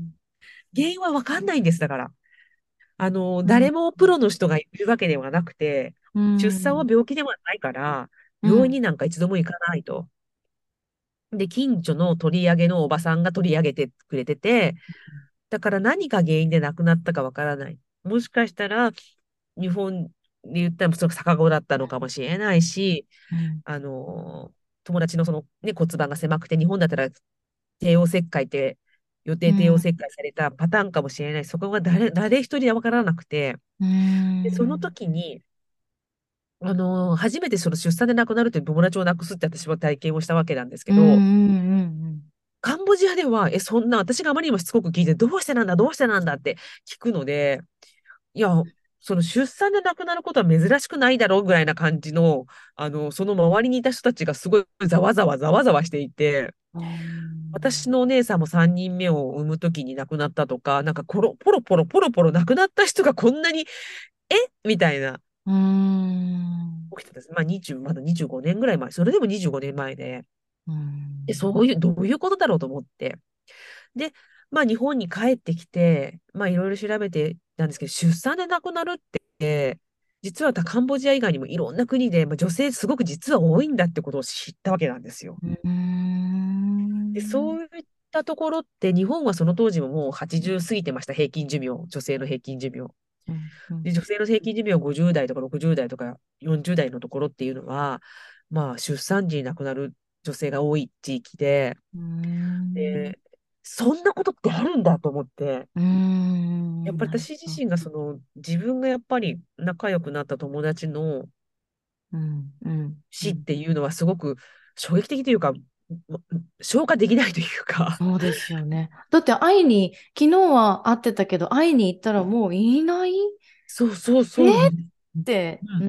原因はわかんないんです、だから。 うん。 誰もプロの人がいるわけではなくて、 う出産はん。 病気ではないから、 うん。 病院になんか一度も行かないと。で、近所の取り上げのおばさんが取り上げてくれてて、だから何が原因で亡くなったかわからない。もしかしたら、日本で言ったらその逆子だったのかもしれないし、 うん。 あの、友達の骨盤が狭くて、日本だったら帝王切開って、予定帝王うん。 切開されたパターンかもしれない。そこが誰一人わからなくて、 うで、そのん。 時に、初めてその出産で亡くなるという友達を亡くすって私は体験をしたわけなんですうん。 けど、 うん。 カンボジアでは、そんな、私があまりにもしつこく聞いて、どうしてなんだ、どうしてなんだって聞くので、いや、その出産で亡くなることは珍しくないだろうぐらいな感じの、その周りにいた人たちがすごいざわざわしていて、 うん。 私のお姉さんも3人目を産むときに亡くなったとか、なんかポロポロ亡くなった人がこんなに、えみたいな、 うん。 起きてたんです。まだ25年ぐらい前、それでも25年前で、 うん。 どういうことだろうと思って。で、日本に帰ってきて、いろいろ調べてたんですけど、出産で亡くなるって、実はカンボジア以外にもいろんな国で、女性すごく実は多いんだってことを知ったわけなんですよ。 うん。 で、そういったところって、日本はその当時ももう80過ぎてました、平均寿命、女性の平均寿命。 うん。うん。 で、女性の平均寿命50代とか60代とか40代のところっていうのは、出産時に亡くなる女性が多い地域で、 うん。 で、 そんなことってあるんだと思って、やっぱりなるほど。 私自身が自分がやっぱり仲良くなった友達のうん、うん、う死っん。 ていうのはすごく衝撃的というか、ま消化できないというか、 そうですよね。だって会いに、昨日は会ってたけど、会いに行ったらもういないそうそうえーっそうなんです。 て、 うん。 うん。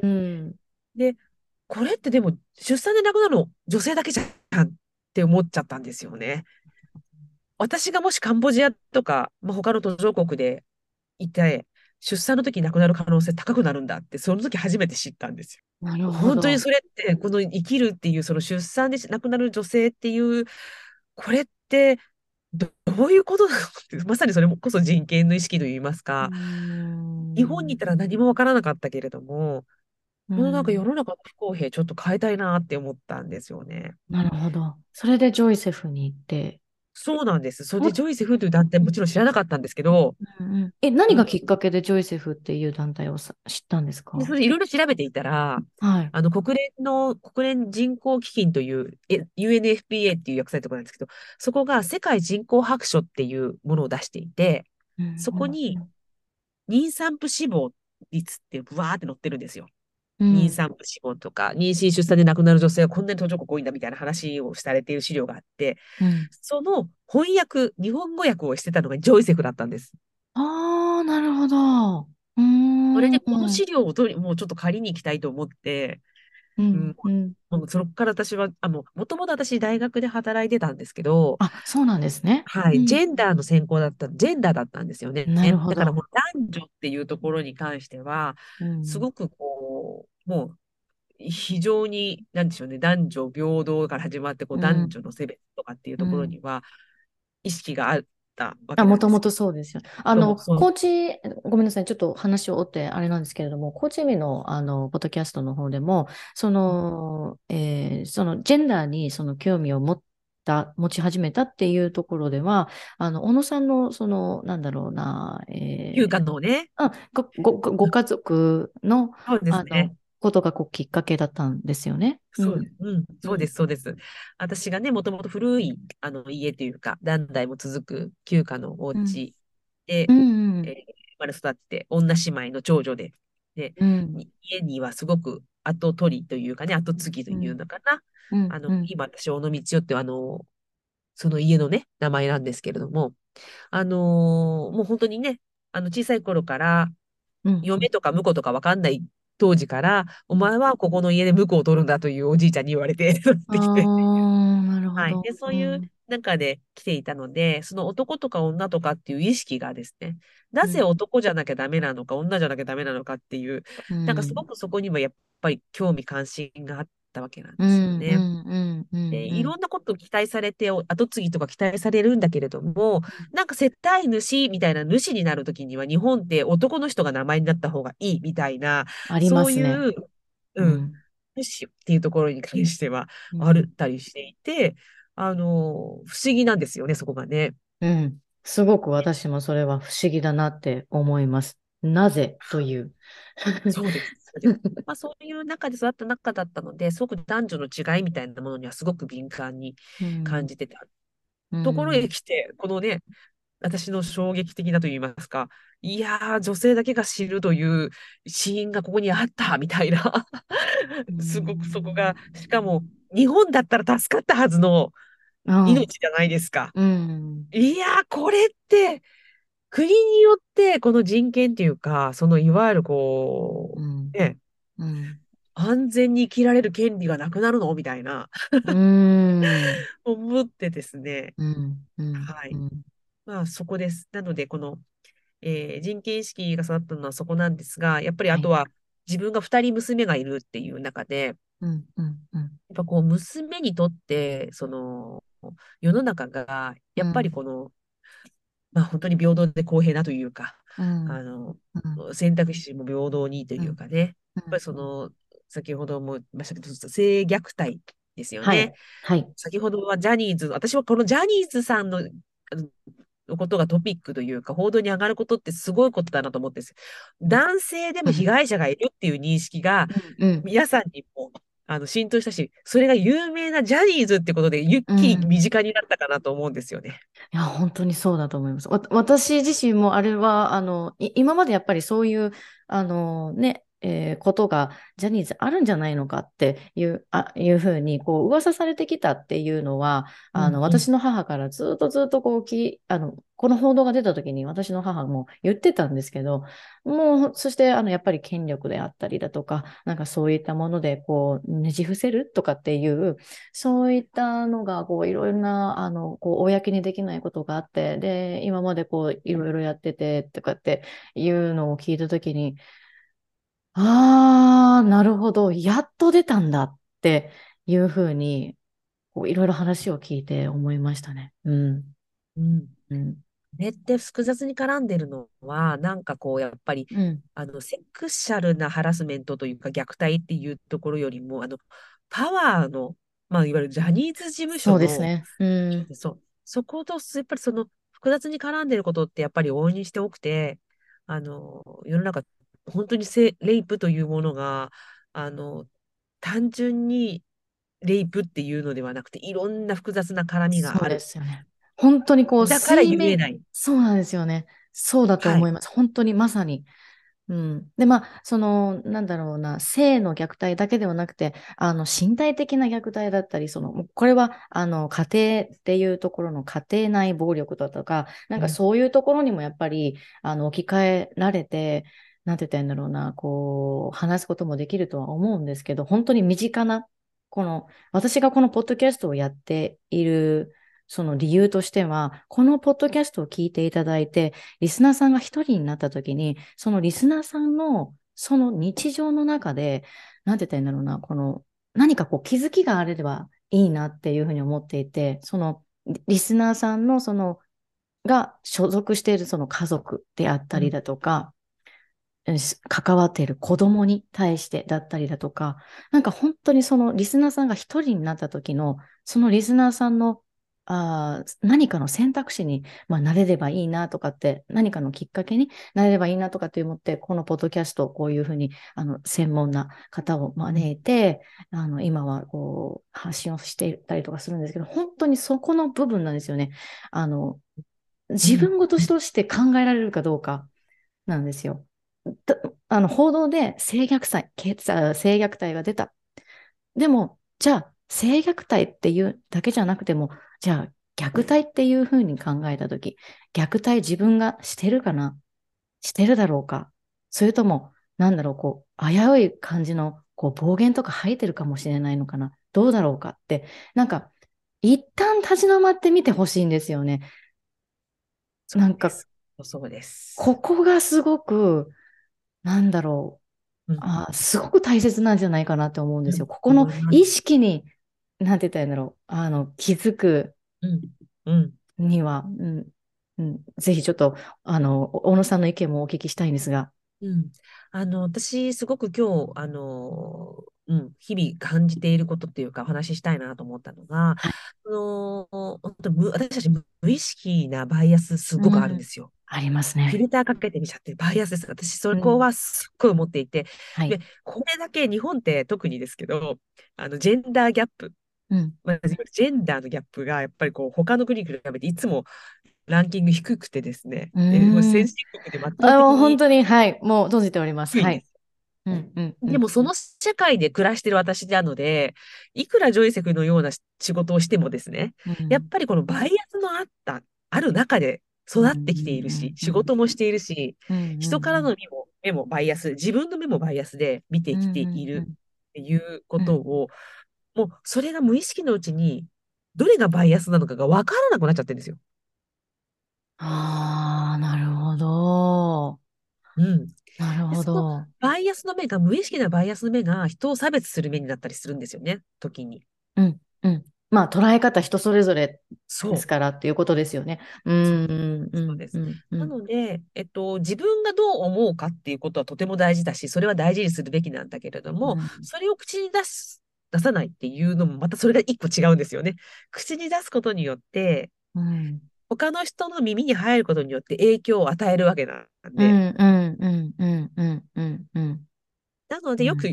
で、これってでも出産で亡くなるの女性だけじゃんって思っちゃったんですよね。私がもしカンボジアとか、他の途上国でいて、出産の時に亡くなる可能性高くなるんだって、その時初めて知ったんですなるよ。 ほど。 本当にそれって、この生きるっていう、その出産で亡くなる女性っていう、これってどういうことなのって、まさにそれもこそ人権の意識といいますうーか、日本にいん。 たら何もわからなかったけれども、 うこのなんか世ん。 の中の不公平ちょっと変えたいなって思ったんですよね。 なるほど。それでジョイセフに行って、 そうなんです。それでも、 ジョイセフという団体もちろん知らなかったんですけど、 うんうん。何うん、 がきっかけでジョイセフっていう団体を知ったんですで、そか？ れでいろいろ調べていたら、 はい。 国連人口基金という、UNFPA っていう訳されたところなんですけど、そこが世界人口白書っていうものを出していて、 うそこにん妊産婦死亡率ってブワーって載ってるんですよ。 うん。うん妊産婦死亡とか、妊娠出産で亡くなる女性はこんなに途上国多いんだみたいな話をされている資料があって、 うん。 その翻訳、日本語訳をしてたのがジョイセフだったんです。 ああ、なるほど。 それでこのうん。 資料をもうちょっと借りに行きたいと思って、 ううん、 んうん。 もうそこから私は、もともと私大学で働いてたんですけど、 あ、そうなんですね。 はい、 うん。 ジェンダーだったんですよね。 なるほど。 だからもう男女っていうところに関しては、 うん。 すごくもう非常に、なんでしょうね、男女平等から始まって、 うん。 男女の性別とかっていうところうん。 には、意識があったわあ、 けもともとなんですけそうですよ。 ど、 コーチ、ごめんなさい、ちょっと話を追ってあれなんですけれども、コーチミの、ポッドキャストの方でも、そのジェンダーにその興味を持ち始めたっていうところでは、小野さんの、なんだろうな、 休暇のね、 ご家族の、 そうですね。 ことがこうきっかけだったんですよね。うん。うん。 そうです、そうです。私がね、もともと古い、家というか、何代も続く旧家のおうん。 家で、 うん。うん。 生まれ育って、女姉妹の長女で、で、 うん。 家にはすごく後取りというかね、後継ぎといううん。 のかな。 うん。うん。 今私、尾道よってその家のね、名前なんですけれども、もう本当にね、小さい頃から、 うん。 嫁とか婿とかわかんない当時から、おうん。 前はここの家で婿を取るんだというおじいちゃんに言われて育っあてきて、 あ、なるほはい。 ど。 で、そういううん。 中で来ていたので、その男とか女とかっていう意識がですね、なぜうん。 男じゃなきゃダメなのか、女じゃなきゃダメなのかっていう、 うなんかすごん。 くそこにはやっぱり興味関心があったわけなんですようん。うね。 ん。うん。うで、 ん。うん。 いろんなことを期待されて、後継ぎとか期待されるんだけれども、なんか接待主みたいな主になるときには、日本って男の人が名前になった方がいいみたいな、 ありまそうすね。 いう、うん、 うん。 主っていうところに関してはあるうん。 ったりしていて、不思議なんですよね、そこがね。 うん。すごく私もそれは不思議だなって思います。なぜという。 そうです。そうです。そういう中で育った中だったので、すごく男女の違いみたいなものにはすごく敏感にうん。 感じてた。 うところへん。 来て、このね、私の衝撃的なと言いますか、いやー、女性だけが知るというシーンがここにあったみたいな、 うすごくそこん。 が、しかも日本だったら助かったはずのああ。 命じゃないですか。 うん。 いやー、これって国によってこの人権っていうか、いわゆるうん。 ね、 うん。 安全に生きられる権利がなくなるのみたいな、 うん。 思ってですね。 うん。うん。 はい。 うん。 そこです。なので、人権意識が育ったのはそこなんですが、やっぱりはい。 あとは自分が二人娘がいるっていう中で、やっうん。うん。うん。 ぱ娘にとって、世の中が、やっぱりうん。 本当に平等で公平なというか、 うん。 あの、 うん。 選択肢も平等にとうん。 いうかね、やっぱり先ほども言いましたけど、性虐待ですよね。 はい。はい。 先ほどはジャニーズ、私はこのジャニーズさんのことがトピックというか、報道に上がることってすごいことだなと思ってるんです。男性でも被害者がいるっていう認識が、 うん。 皆さんにも浸透したし、それが有名なジャニーズってことで、一気にうん。 身近になったかなと思うんですよね。 いや、本当にそうだと思います。私自身もあれは、今までやっぱりそういう、ことがジャニーズあるんじゃないのかっていうふうに、こう、噂されてきたっていうのは、 うんうん。 私の母からずっとずっとこう、この報道が出た時に私の母も言ってたんですけど、もう、そして、やっぱり権力であったりだとか、なんかそういったもので、こう、ねじ伏せるとかっていう、そういったのが、こう、いろいろな、こう、公にできないことがあって、で、今までこう、いろいろやってて、とかっていうのを聞いたときに、あー、なるほど、やっと出たんだっていうふうに、こう、いろいろ話を聞いて思いましたね。うん。 うん。 うん。 ねって複雑に絡んでるのは、なんかこう、やっぱり、 うん。 セクシャルなハラスメントというか、虐待っていうところよりも、パワーの、まあ、いわゆるジャニーズ事務そうです所の、 ね。うん。 そう、そこと、やっぱりその、複雑に絡んでることってやっぱり往々にして多くて、世の中、本当にレイプというものが、あの、単純にレイプっていうのではなくて、いろんな複雑な絡みそうがある。 ですよね。本当にこう、 だから水面、 言えない。 そうなんですよね。そうだとはい。 思います。本当にまさに。うん。で、まあ、なんだろうな、性の虐待だけではなくて、身体的な虐待だったり、もうこれは、家庭っていうところの家庭内暴力だとか、なんうん。 かそういうところにもやっぱり、置き換えられて、なんて言ったらいいんだろうな、こう、話すこともできるとは思うんですけど、本当に身近な、私がこのポッドキャストをやっている、その理由としては、このポッドキャストを聞いていただいて、リスナーさんが一人になった時に、そのリスナーさんのその日常の中で、なんて言ったらいいんだろうな、何かこう気づきがあればいいなっていうふうに思っていて、リスナーさんのが所属しているその家族であったうん。 りだとか、関わっている子供に対してだったりだとか、なんか本当にそのリスナーさんが一人になった時の、そのリスナーさんの何かの選択肢に、まあ、なれればいいなとかって、何かのきっかけになれればいいなとかって思って、このポッドキャストをこういうふうに、専門な方をうん。 招いて、今はこう、発信をしていたりとかするんですけど、本当にそこの部分なんですよね。あの、自うん。 分ごととして考えられるかどうかなんですよ。た報道で性虐待が出た。でも、じゃあ、性虐待っていうだけじゃなくても、じゃあ、虐待っていうふうに考えたとき、虐待自分がしてるかな、してるだろうか、それとも、なんだろう、こう、危うい感じの、こう、暴言とか吐いてるかもしれないのかな、どうだろうかって、なんか、一旦立ち止まってみてほしいんですよね。なんか、 そうです。そうです。 ここがすごく、なんだろう、 うん。 すごく大切なんじゃないかなって思うんですよ。 うん。 ここの意思います。 識に、なんて言ったらいいんだろう。気づくうん。うん。 には、ぜひちょっと、小野さんの意見もお聞きしたいんですが。 うん。私、すごく今日、日々感じていることっていうか、お話ししたいなと思ったのが、 はい。 本当私たち無意識なバイアスすごくあるんでうん。 すよ。 ありますね。 フィルターかけてみちゃってるバイアスです。私、そこうん。 はすっごい思っていて。で、 はい。 これだけ日本って特にですけど、ジェンダーギャップ、 うん。 まあ、ジェンダーのギャップが、やっぱりこう、他の国に比べていつもランキング低くてですね、 うもうーん。 先進国でも圧倒的もう本に当に、はい。もう存じております。はい。 低いんです。 うん、うん、うん。 でもその社会で暮らしてる私なので、いくらジョイセフのような仕事をしてもですね、 うん、 やっぱりこのバイアスのある中でうん、 育ってきているし、 うん、 仕事もしているし、 うん、うん、 人からの目もバイアス、自分の目もバイアスで見てうん、 きてうん、ういるん。 っていうこうん。 とを、もうそれが無意識のうちに、どれがバイアスなのかが分からなくなっちゃってるんですよ。 ああ、なるほど。 うん。 なるで、そのほど。 バイアスの目が、無意識なバイアスの目が人を差別する目になったりするんですよね、時に。 うん、うん。まあ、捉え方人それぞれですそう。 からっていうことですよね。うそうん、うん、 そうです。 うん、うなん。 ので、自分がどう思うかっていうことはとても大事だし、それは大事にするべきなんだけれども、 うん、 それを口に出さないっていうのもまたそれが一個違うんですよね。口に出すことによって、 うん、 他の人の耳に入ることによって影響を与えるわけなんで、 うん、うん、うん、うん、うん、うん、うん。 なのでよくうん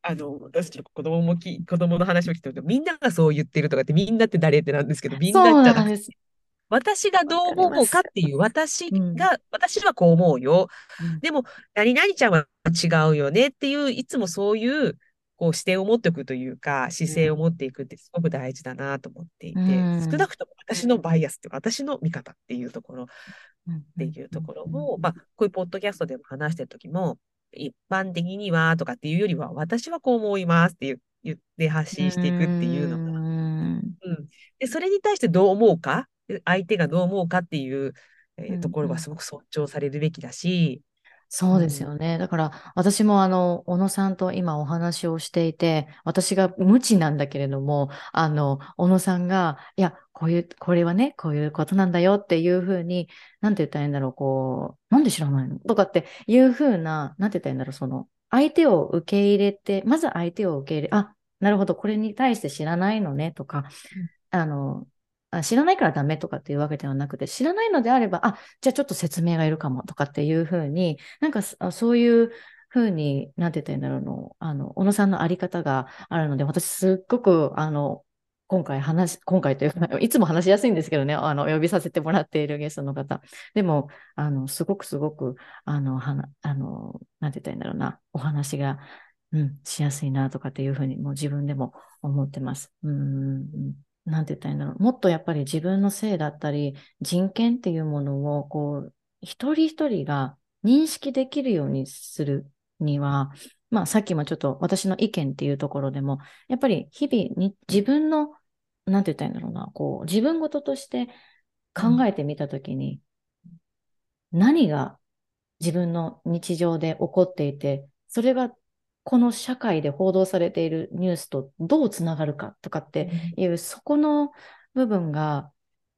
私ちょっと子供の話を聞いてると、みんながそう言ってるとかって、みんなって誰ってなんですけど、みんなそうじゃなくて、 なんです。 私がわかどう思ります。 うかっていう、 うん。 私はこう思うよ。 うん。 でも、何々ちゃんは違うよねっていう、いつもそういう、こう視点を持っておくというか、姿勢を持っていくってすごく大事だなと思っていうて、少なん。 くとも私のバイアスっていうか、私の見方っていうところうん。 っていううん。 ところうん。 を、まあ、こういうポッドキャストでも話してるときも、一般的にはとかっていうよりは、私はこう思いますって言って発う信していくっていうのが、 ん。 うん。で、それに対してどう思うか、相手がどう思うかっていう、 うん。 ところうん。 がすごく尊重されるべきだし、 そうですうん、 よね。だから私も小野さんと今お話をしていて、私が無知なんだけれども、小野さんが、いや、これはね、こういうことなんだよっていうふうに、なんて言ったらいいんだろう、こう、なんで知らないのとかっていうふうな、なんて言ったらいいんだろう、相手を受け入れて、まず相手を受け入れ、あ、なるほど、これに対して知らないのねとか、あの、知らないからダメとかっていうわけではなくて、知らないのであれば、あ、じゃあちょっと説明がいるかもとかっていうふうに、そういうふうに、なんて言ったらいいんだろうの、小野さんのあり方があるので、私すっごく、今回というか、いつも話しやすいんですけどね、お呼びさせてもらっているゲストの方。でも、すごく、なんて言ったらいいんだろうな、お話が、しやすいなとかっていうふうに、もう自分でも思ってます。なんて言ったらいいんだろう。もっとやっぱり自分の性だったり、人権っていうものを、こう、一人一人が認識できるようにするには、まあ、さっきもちょっと私の意見っていうところでも、やっぱり日々に自分の、なんて言ったらいいんだろうな、こう、自分事としてうん、 考えてみたときに、何が自分の日常で起こっていて、それがこの社会で報道されているニュースとどうつながるかとかってうん、 いう、そこの部分が、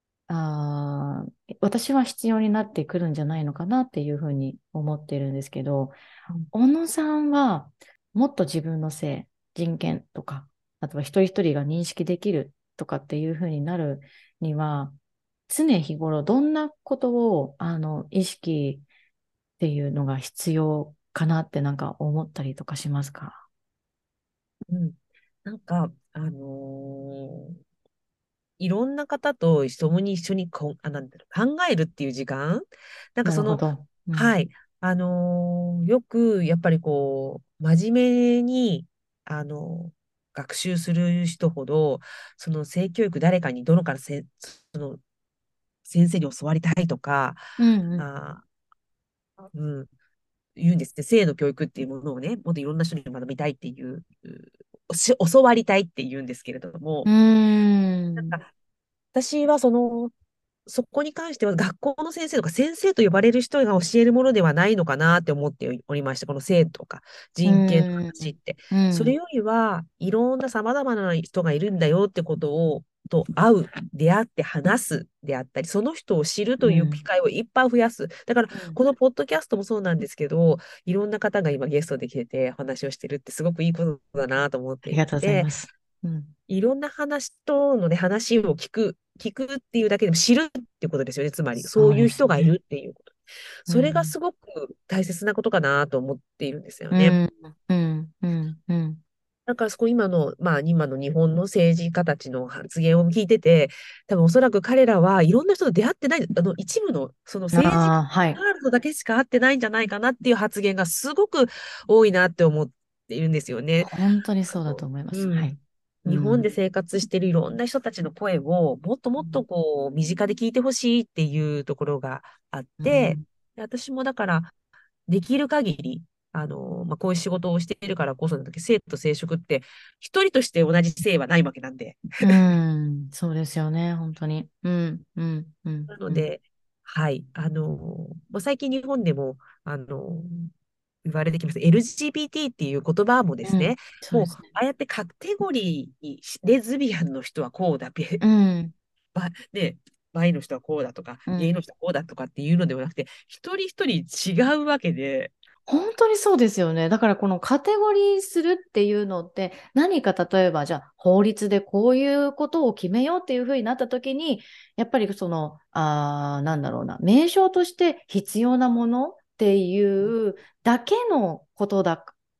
私は必要になってくるんじゃないのかなっていうふうに思っているんですけど、 うん、 小野さんはもっと自分の性、人権とか、あとは一人一人が認識できるとかっていうふうになるには、常日頃どんなことを意識っていうのが必要かなってなんか思ったりとかしますか？ うん。なんか、いろんな方と共に一緒になんだろう、考えるっていう時間、なんかなるほど。うん。 はい、よく、やっぱり真面目に、学習する人ほど、その性教育誰かにどのからその先生に教わりたいとか、 うんうん。 あうん、言うんですね。性の教育っていうものをね、もっといろんな人に学びたいっていう、教わりたいって言うんですけれども、 うーん。 なんか私はそこに関しては学校の先生とか先生と呼ばれる人が教えるものではないのかなって思っておりました。この性とかう人権のーん。 話って。 うん。 それよりはいろんな様々な人がいるんだよってことを、出会って話すであったり、その人を知るという機うん。 会をいっぱい増やす。だから、 うん。 このポッドキャストもそうなんですけど、いろんな方が今ゲストで来てて話をしてるってすごくいいことだなと思っていありがとうございて、 ます。うん。 いろんな話を聞くっていうだけでも知るっていうことですよね。つまり、そそうでういう人がいすね。 るっていうこと。それがうん。 すごく大切なことかなと思っているんですよね。 うん。うん。うん。うん。 だから今の日本の政治家たちの発言を聞いてて、多分おそらく彼らはいろんな人と出会ってない、一部のその政治家ああ、はい。 ワールドだけしか会ってないんじゃないかなっていう発言がすごく多いなって思っているんですよね。 本当にそうだあのと思います。 うん。 はい。うん。 日本で生活しているいろんな人たちの声をもっともっと身近で聞いてほしいっていうところがあって、 うん。 で私もだからできる限り、こういう仕事をしているからこそなんだけど、性と生殖って一人として同じ性はないわけなんで。 うん。そうですよね。本当に。うん。うん。うん。うん。 なので、はい、最近日本でも、言われてきます。LGBT っていう言葉もですね、 うん。そうもう、 ですね。 ああやってカテゴリーにレズビアンの人はこうだ、 うん。 ね、バイの人はこうだとか、 うん。 ゲイの人はこうだとかっていうのではなくて、一人一人違うわけで、 本当にそうですよね。だからこのカテゴリーするっていうのって何か例えばじゃあ法律でこういうことを決めようっていうふうになった時にやっぱりなんだろうな、名称として必要なものっていうだけのことだ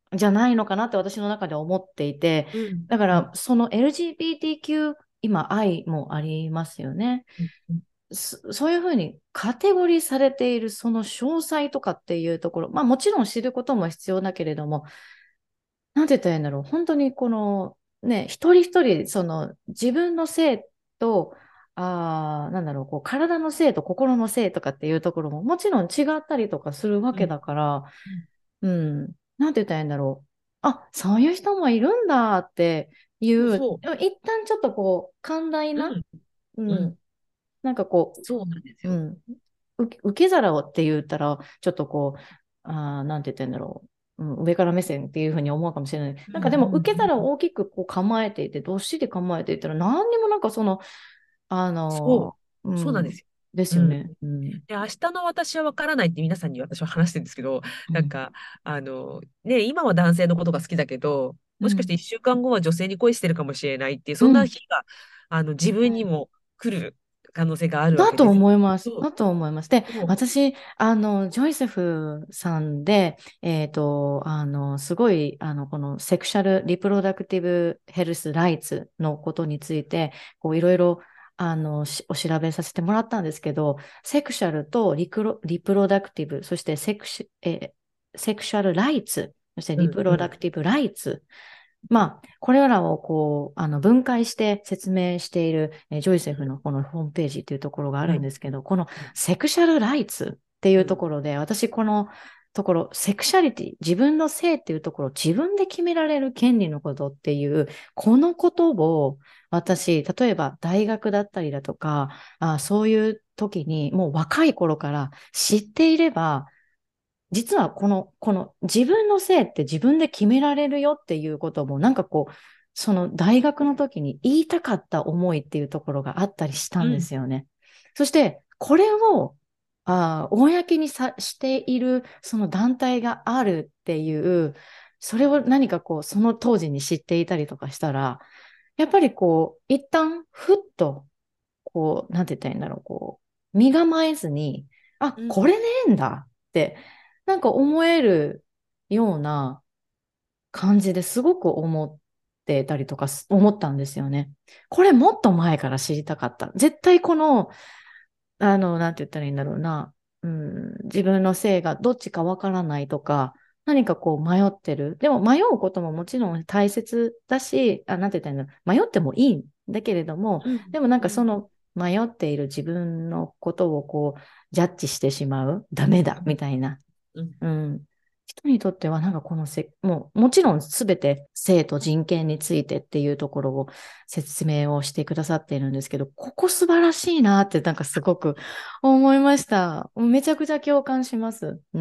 じゃないのかなって私の中で思っていて、 うん、 だかうん、 らその LGBTQ、今愛もありますよね。 うん、うん。 そういうふうにカテゴリーされているその詳細とかっていうところ、まあもちろん知ることも必要だけれども、なんて言ったらいいんだろう。本当にこのね、一人一人、その自分の性と、なんだろう、こう体の性と心の性とかっていうところももちろん違ったりとかするわうん、 けだから、 うん。 うん、なんて言ったらいいんだろう。あ、そういう人もいるんだっていう、 そうそ一旦ちょっとこう、寛大う。 な、 うん、 ううん。 ん、なんかこそうなんですう、うよ。 ん、受け皿をって言ったら、ちょっとこう、なんて言ってんだろう。上から目線っていうふうに思うかもしれない。 うん、 なんかでも、 うん、 受け皿うん。 を大きくこう構えていて、どっしり構えていたら、何にもなんかその、あそう。 のうん、 そうなんですよ。うん。 ですよね。うん。 で、明日の私はわからないって皆さんに私は話してるんですけど、 うん。 なんか、ね、今は男性のことが好きだけど、もしかしてうん。 一週間後は女性に恋してるかもしれないっていう、そんなうん。 日が、自分にも来る可能性があるわだとけです。 思います。 そう、 だと思います。で、 そう。 私、ジョイセフさんで、すごい、このセクシャルリプロダクティブヘルスライツのことについて、こう、いろいろ、お調べさせてもらったんですけど、セクシャルとリプロダクティブ、そしてセクシャルライツ、そしてリうん、 プロダうん、 クティブライツ、まあ、これらをこう、分解して説明している、ジョイセフのこのホームページっていうところがあうん、 るんですけど、このセクシャルライツっていうとうん、 ころで、私このところ、セクシャリティ、自分の性っていうところを自分で決められる権利のことっていう、このことを私、例えば大学だったりだとか、そういう時にもう若い頃から知っていれば、実はこの自分の性って自分で決められるよっていうこともなんかこう、その大学の時に言いたかった思いっていうところがあったりしたんでうん、 すよね。そして、これを、公にしているその団体があるっていう、それを何かこう、その当時に知っていたりとかしたら、やっぱりこう、一旦ふっとこう、なんて言ったらいいんだろう、こう、身構えずに、あ、 うん、 これでええんだって、なんか思えるような感じですごく思ってたりとか思ったんですよね。これもっと前から知りたかった。絶対この、なんて言ったらいいんだろうな、自分の性がどっちかわからないとか、何かこう迷ってる。でも迷うことももちろん大切だし、なんて言ったらいいんだろう。迷ってもいいんだけれども、 うん、 でもなんうん、 かその迷っている自分のことをこう、ジャッジしてしまう。ダメだ、みたいな。 うん、 うん。人にとってはなんかこのもちろんすべて性と人権についてっていうところを説明をしてくださっているんですけど、ここ素晴らしいなってなんかすごく思いました。めちゃくちゃ共感します。うん。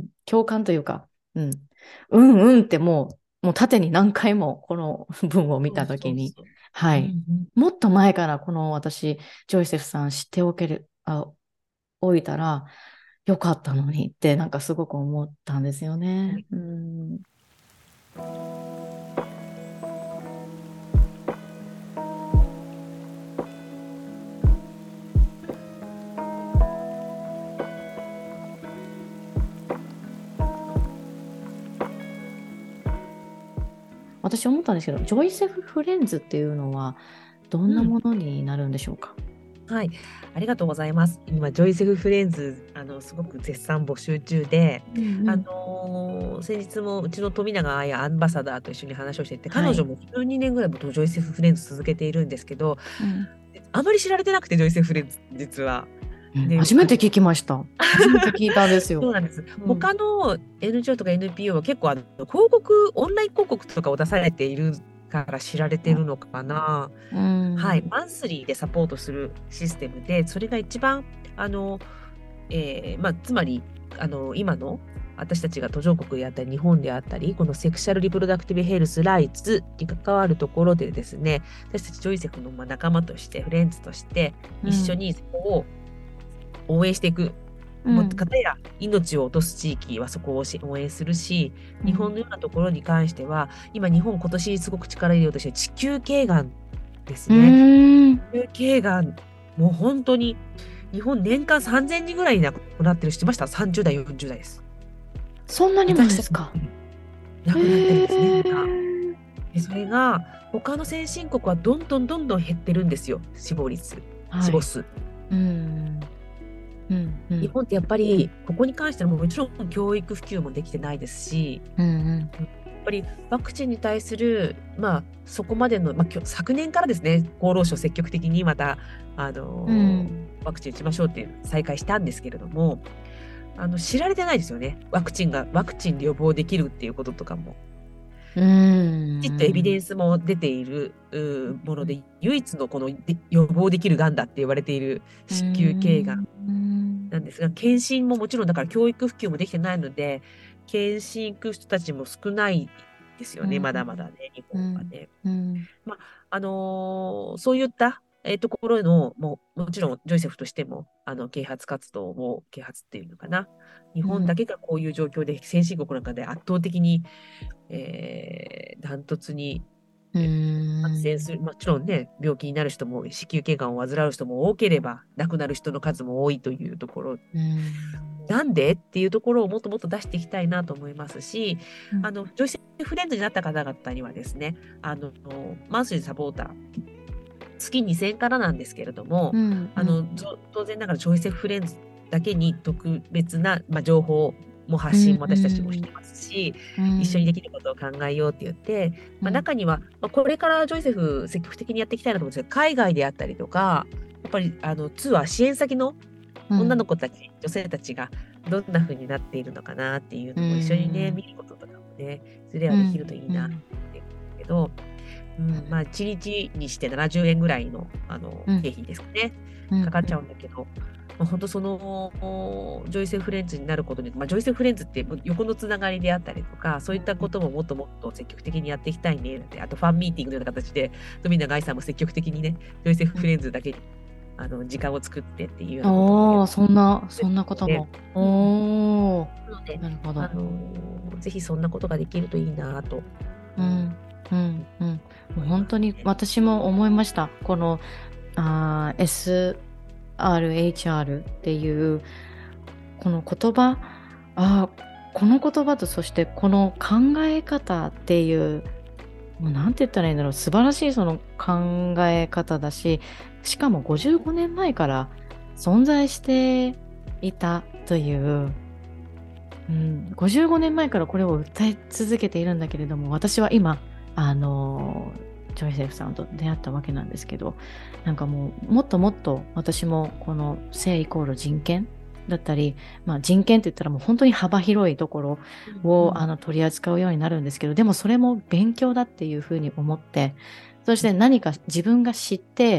共感というか、うん。うんうんってもう縦に何回もこの文を見そうたときに、 そうそう。うん、 はい。 うん。 もっと前からこの私、ジョイセフさん知っておいたらよかったのにってなんかすごく思ったんですよね。 はい。 うん。私思ったんですけど、ジョイセフフレンズっていうのはどんうん。 なものになるんでしょうか？ はい。ありがとうございます。今、ジョイセフフレンズ、すごく絶賛募集中で、 うんうん。 先日もうちの富永彩アンバサダーと一緒に話をしていて、 はい。 彼女も12年ぐらいもジョイセフフレンズ続けているんですけど、 うん。 あまり知られてなくて、ジョイセフフレンズ、実は。 うん、 で、 初めて聞きました。初めて聞いたんですよ。 そうなんです。 うん。 他の NGO とか NPO は結構広告、オンライン広告とかを出されているから知られているのかな。 うん。 はい、マンスリーでサポートするシステムで、それが一番、つまり、今の私たちが途上国であったり、日本であったり、このセクシャルリプロダクティブヘルスライツに関わるところでですね、私たちジョイセフの仲間として、フレンズとして、一緒うん。 にそこを応援していく。もっとうん。 方や命を落とす地域はそこを応援するし、日本のようなところに関しては、今年すごく力入れようとして地球頸がんですうね。 ん。 子宮頸がん、もう本当に、日本年間3000人ぐらい亡くなってる人いました？ 30 代、40代です。 そんなにも私たち、 ですか？ なへくなってるんですね、また。 え。 で、それが他の先進国はどんどんどんどん減ってるんですよ、死亡率、死はい。 亡数。 うん。うんうん。 日本ってやっぱりここに関してはもちろん教育普及もできてないですし、 うんうん。 やっぱりワクチンに対する、そこまでの、昨年からですね、厚労省積極的にまた、 うん。 ワクチン打ちましょうって再開したんですけれども、知られてないですよね。ワクチンで予防できるっていうこととかも。 うきちっとエビデん。 ンスも出ているものうん。 で、唯一のこの予防できるがんだって言われているう子宮頸がんん。 なんですが、検診ももちろんだから教育普及もできてないので、検診行く人たちも少ないですよね、 うん。 まだまだね、日うん。 本はね。 うん。 まあ、そういった、ところの、もちろん、ジョイセフとしても、啓発っていうのかな。日うん。 本だけがこういう状況で、先進国の中で圧倒的に、ダントツに、 う感染すん。 る、もちろんね、病気になる人も、子宮頸がんを患う人も多ければ、亡くなる人の数も多いというところうん。 なんでっていうところをもっともっと出していきたいなと思いますし、 うん。 ジョイセフレンズになった方々にはですね、マンスリーサポーター、月2000円からなんですけれども、 うん。うん。 当然ながらジョイセフフレンズだけに特別な、情報もう発信も私たちもしん。 てますし、 うん。 一緒にできることを考えようって言って、 うん。 中には、これからジョイセフ積極的にやっていきたいなと思うんですけど、海外であったりとか、やっぱりツアー支援先の女の子たち、女性たちがどんな風になっているのかなっていううのも一緒にね、 ん。 見ることとかもね、いずれはできるうん。 といいなってうん。 思うけど、1日にして70円ぐらいの、 うん。 経費ですかね、 うん。 かかっちゃうんだけど、本当その、ジョイセフフレンズになることに、ジョイセフフレンズって横のつながりであったりとか、そういったことももっともっと積極的にやっていきたいねなんて、あとファンミーティングのような形で、富永愛さんも積極的にね、ジョイセフフレンズだけに時間を作ってっていうようなこともやああ、 ってそんなことで、 も。 うん。 おお、 なので、 なるほど。 ぜひそんなことができるといいなと、 うん、うん、うん。もう思い本当にますね。 私も思いました。この、SRHR っていう、この言葉、この言葉とそしてこの考え方っていう、もうなんて言ったらいいんだろう、素晴らしいその考え方だし、しかも55年前から存在していたという、55年前からこれを訴え続けているんだけれども、私は今、あの、ジョイセフさんと出会ったわけなんですけど、なんかもう、もっともっと私もこの性イコール人権だったり、人権って言ったらもう本当に幅広いところをうんうん。 取り扱うようになるんですけど、でもそれも勉強だっていうふうに思って、そして何か自分が知って、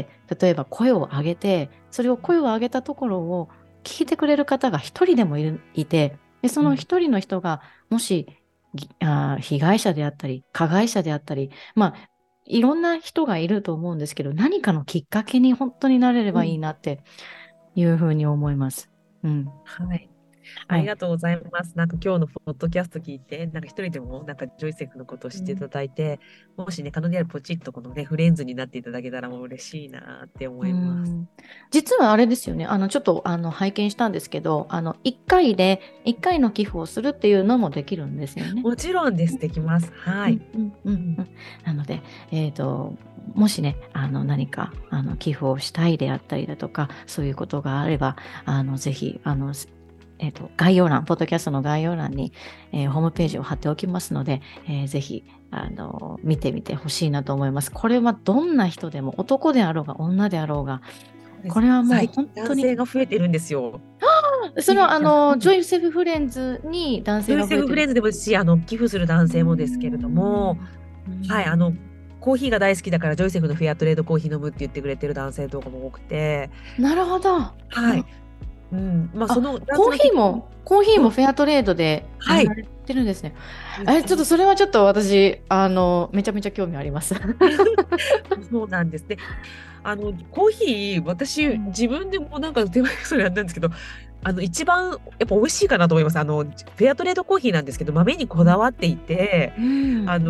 例えば声を上げて、それを声を上げたところを聞いてくれる方が一人でもいて、で、そうん。 の一人の人が、もし、被害者であったり、加害者であったり、いろんな人がいると思うんですけど、何かのきっかけに本当になれればいいうん。 なっていうふうに思います。うん。 はい。あはい。 りがとうございます。なんか今日のポッドキャスト聞いて、なんか一人でもなんかジョイセフのことを知っていただいて、もしね、可能であればポチッとこのね、フレンズになっていただけたらもう嬉しいなって思ういます。 ん。実はあれですよね。ちょっと、拝見したんですけど、1回で、1回の寄付をするっていうのもできるんですよね。 もちろんです。できます。はい。 うんうんうんうんうん。なので、もしね、何か、寄付をしたいであったりだとか、そういうことがあれば、ぜひ、概要欄、ポッドキャストの概要欄に、ホームページを貼っておきますので、ぜひ、見てみてほしいなと思います。これはどんな人でも、男であろうが、女であろうが、 そうです。 これはもう最近本当に、 男性が増えてるんですよ。 その、ジうん。 ョイセフ・フレンズに男性ジョイが増えてる。 セフフレンズでもし、寄付する男うー性もですけれども、 ん。うはい、 ん。 コーヒーが大好きだからジョイセフのフェアトレードコーヒー飲むって言ってくれてる男性とかも多くて、 なるほど。 はい。うん。その男性のコーヒーうん、 もフェアトレードでやはい。 られてるんですね。ちょっとです。 それはちょっと私、めちゃめちゃ興味あります。 そうなんです。で、コーヒー、私、 うん。 自分でもなんか手前それやったんですけど、一番やっぱ美味しいかなと思います。フェアトレードコーヒーなんですけど、豆にこうん。 だわっていて、 うん。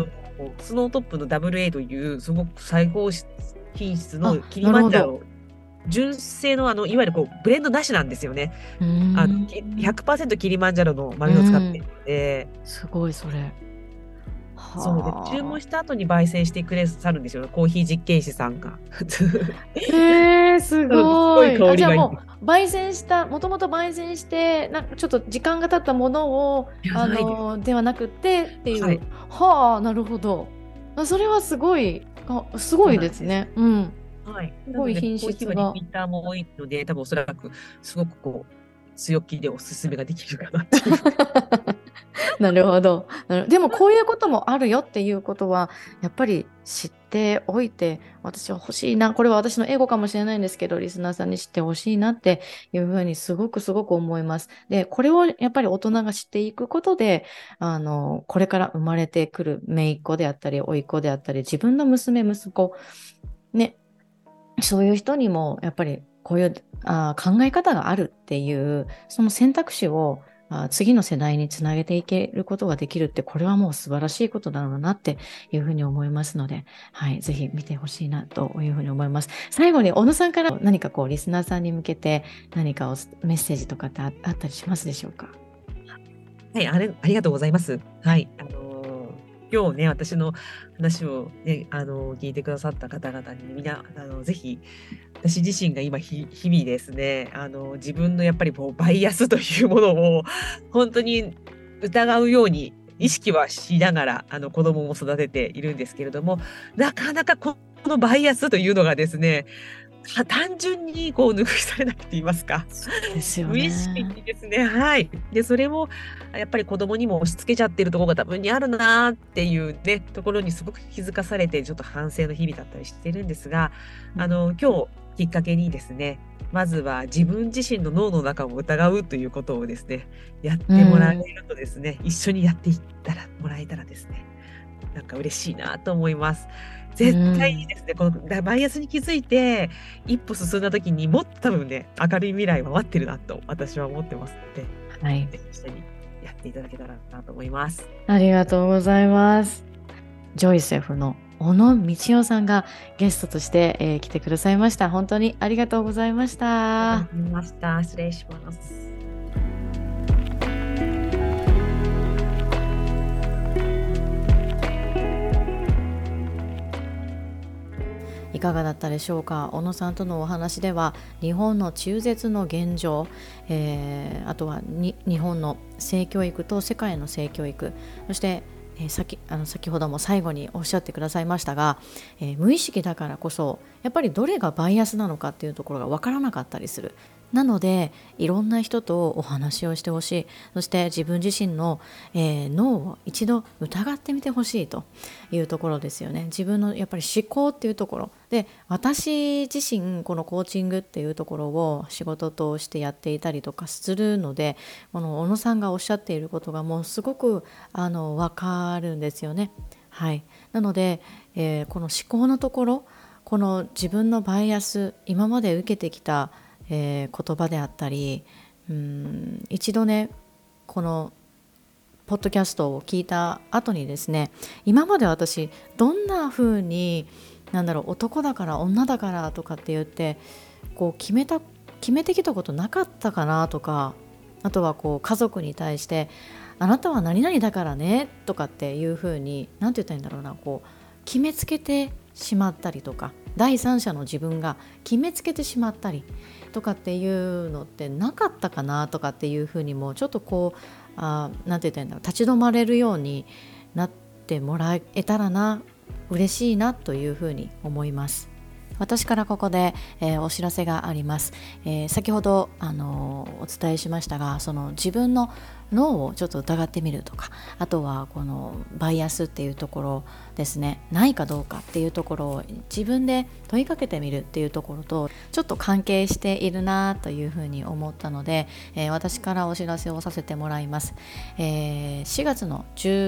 あの、スノートップの WA というすごく最高品質のキリなるほど。 マンジャロ、純正のいわゆるブレンドなしなんですよね。 うーん。 100%キリマンジャロのう豆を使っていん。 るので、 すごい、それ。 そうで、注文はした後に焙煎してくれさるんですよ、コーヒー実験師さんが。 あ。すなので、すごいごい。あ、じゃあ香りがいい。 もう、もともと焙煎して、なんかちょっと時間が経ったものを、 いや、ないです。 ではなくてっていう。 はい。 はあ、なるほど。それはすごい、すごいそうなんです。 ですね。うん。 はい。 すなので、 ごい品コーヒーはリ質が。 ピーターも多いので、多分おそらくすごく強気でおすすめができるかなっていう。 なるほど。でもこういうこともあるよっていうことはやっぱり知っておいて私は欲しいな、これは私のエゴかもしれないんですけどリスナーさんに知ってほしいなっていうふうにすごくすごく思います。でこれをやっぱり大人が知っていくことでこれから生まれてくる姪っ子であったり甥っ子であったり自分の娘息子ね、そういう人にもやっぱりこういう考え方があるっていうその選択肢を次の世代につなげていけることができるってこれはもう素晴らしいことだろうなっていうふうに思いますので、はい、ぜひ見てほしいなというふうに思います。最後に小野さんから何かこうリスナーさんに向けて何かメッセージとかってあったりしますでしょうか？ はい、ありがとうございます。 はい。 はい。今日ね、私の話をね、聞いてくださった方々に、ぜひ、私自身が今、日々ですね、自分のやっぱりバイアスというものを、本当に疑うように意識はしながら、子供も育てているんですけれども、なかなかこのバイアスというのがですね、単純に拭い去れないと言いますか、 そうですよ無意識ね。 にですね、はい。で、それもやっぱり子供にも押し付けちゃってるところが多分にあるなっていうね、ところにすごく気づかされて、ちょっと反省の日々だったりしてるんですが、 うん。 今日きっかけにですね、まずは自分自身の脳の中を疑うということをですね、やっうてもらえん。 るとですね、一緒にやっていったらもらえたらですね、なんか嬉しいなと思います。 う絶対にん。 ですね、このバイアスに気づいて、一歩進んだ時にもっと多分ね、明るい未来は待ってるなと私は思ってますので、 はい。 ぜひ一緒にやっていただけたらなと思います。 ありがとうございます。ジョイセフの小野道夫さんがゲストとして、来てくださいました。本当にありがとうございましありがとうた。 ございました。失礼します。 いかがだったでしょうか。小野さんとのお話では日本の中絶の現状、あとは日本の性教育と世界の性教育、そして先ほども最後におっしゃってくださいましたが、無意識だからこそやっぱりどれがバイアスなのかっていうところが分からなかったりする。なのでいろんな人とお話をしてほしい。そして自分自身の、脳を一度疑ってみてほしいというところですよね。自分のやっぱり思考っていうところで、私自身このコーチングっていうところを仕事としてやっていたりとかするので、この小野さんがおっしゃっていることがもうすごく分かるんですよね。はい。なので、この思考のところ、この自分のバイアス、今まで受けてきた言葉であったり、一度ねこのポッドキャストを聞いた後にですね、今まで私どんな風に男だから女だからとかって言って決めてきたことなかったかなとか、あとは家族に対してあなたは何々だからねとかっていう風に何て言ったらいいんだろうな、決めつけてしまったりとか、第三者の自分が決めつけてしまったりとかっていうのってなかったかなとかっていうふうにもちょっとなんて言ったらいいんだろう、立ち止まれるようになってもらえたらな、嬉しいなというふうに思います。私からここで、お知らせがあります。先ほどお伝えしましたが、その自分の脳をちょっと疑ってみるとか、あとはこのバイアスっていうところですね、ないかどうかっていうところを自分で問いかけてみるっていうところとちょっと関係しているなというふうに思ったので、私からお知らせをさせてもらいます。4月の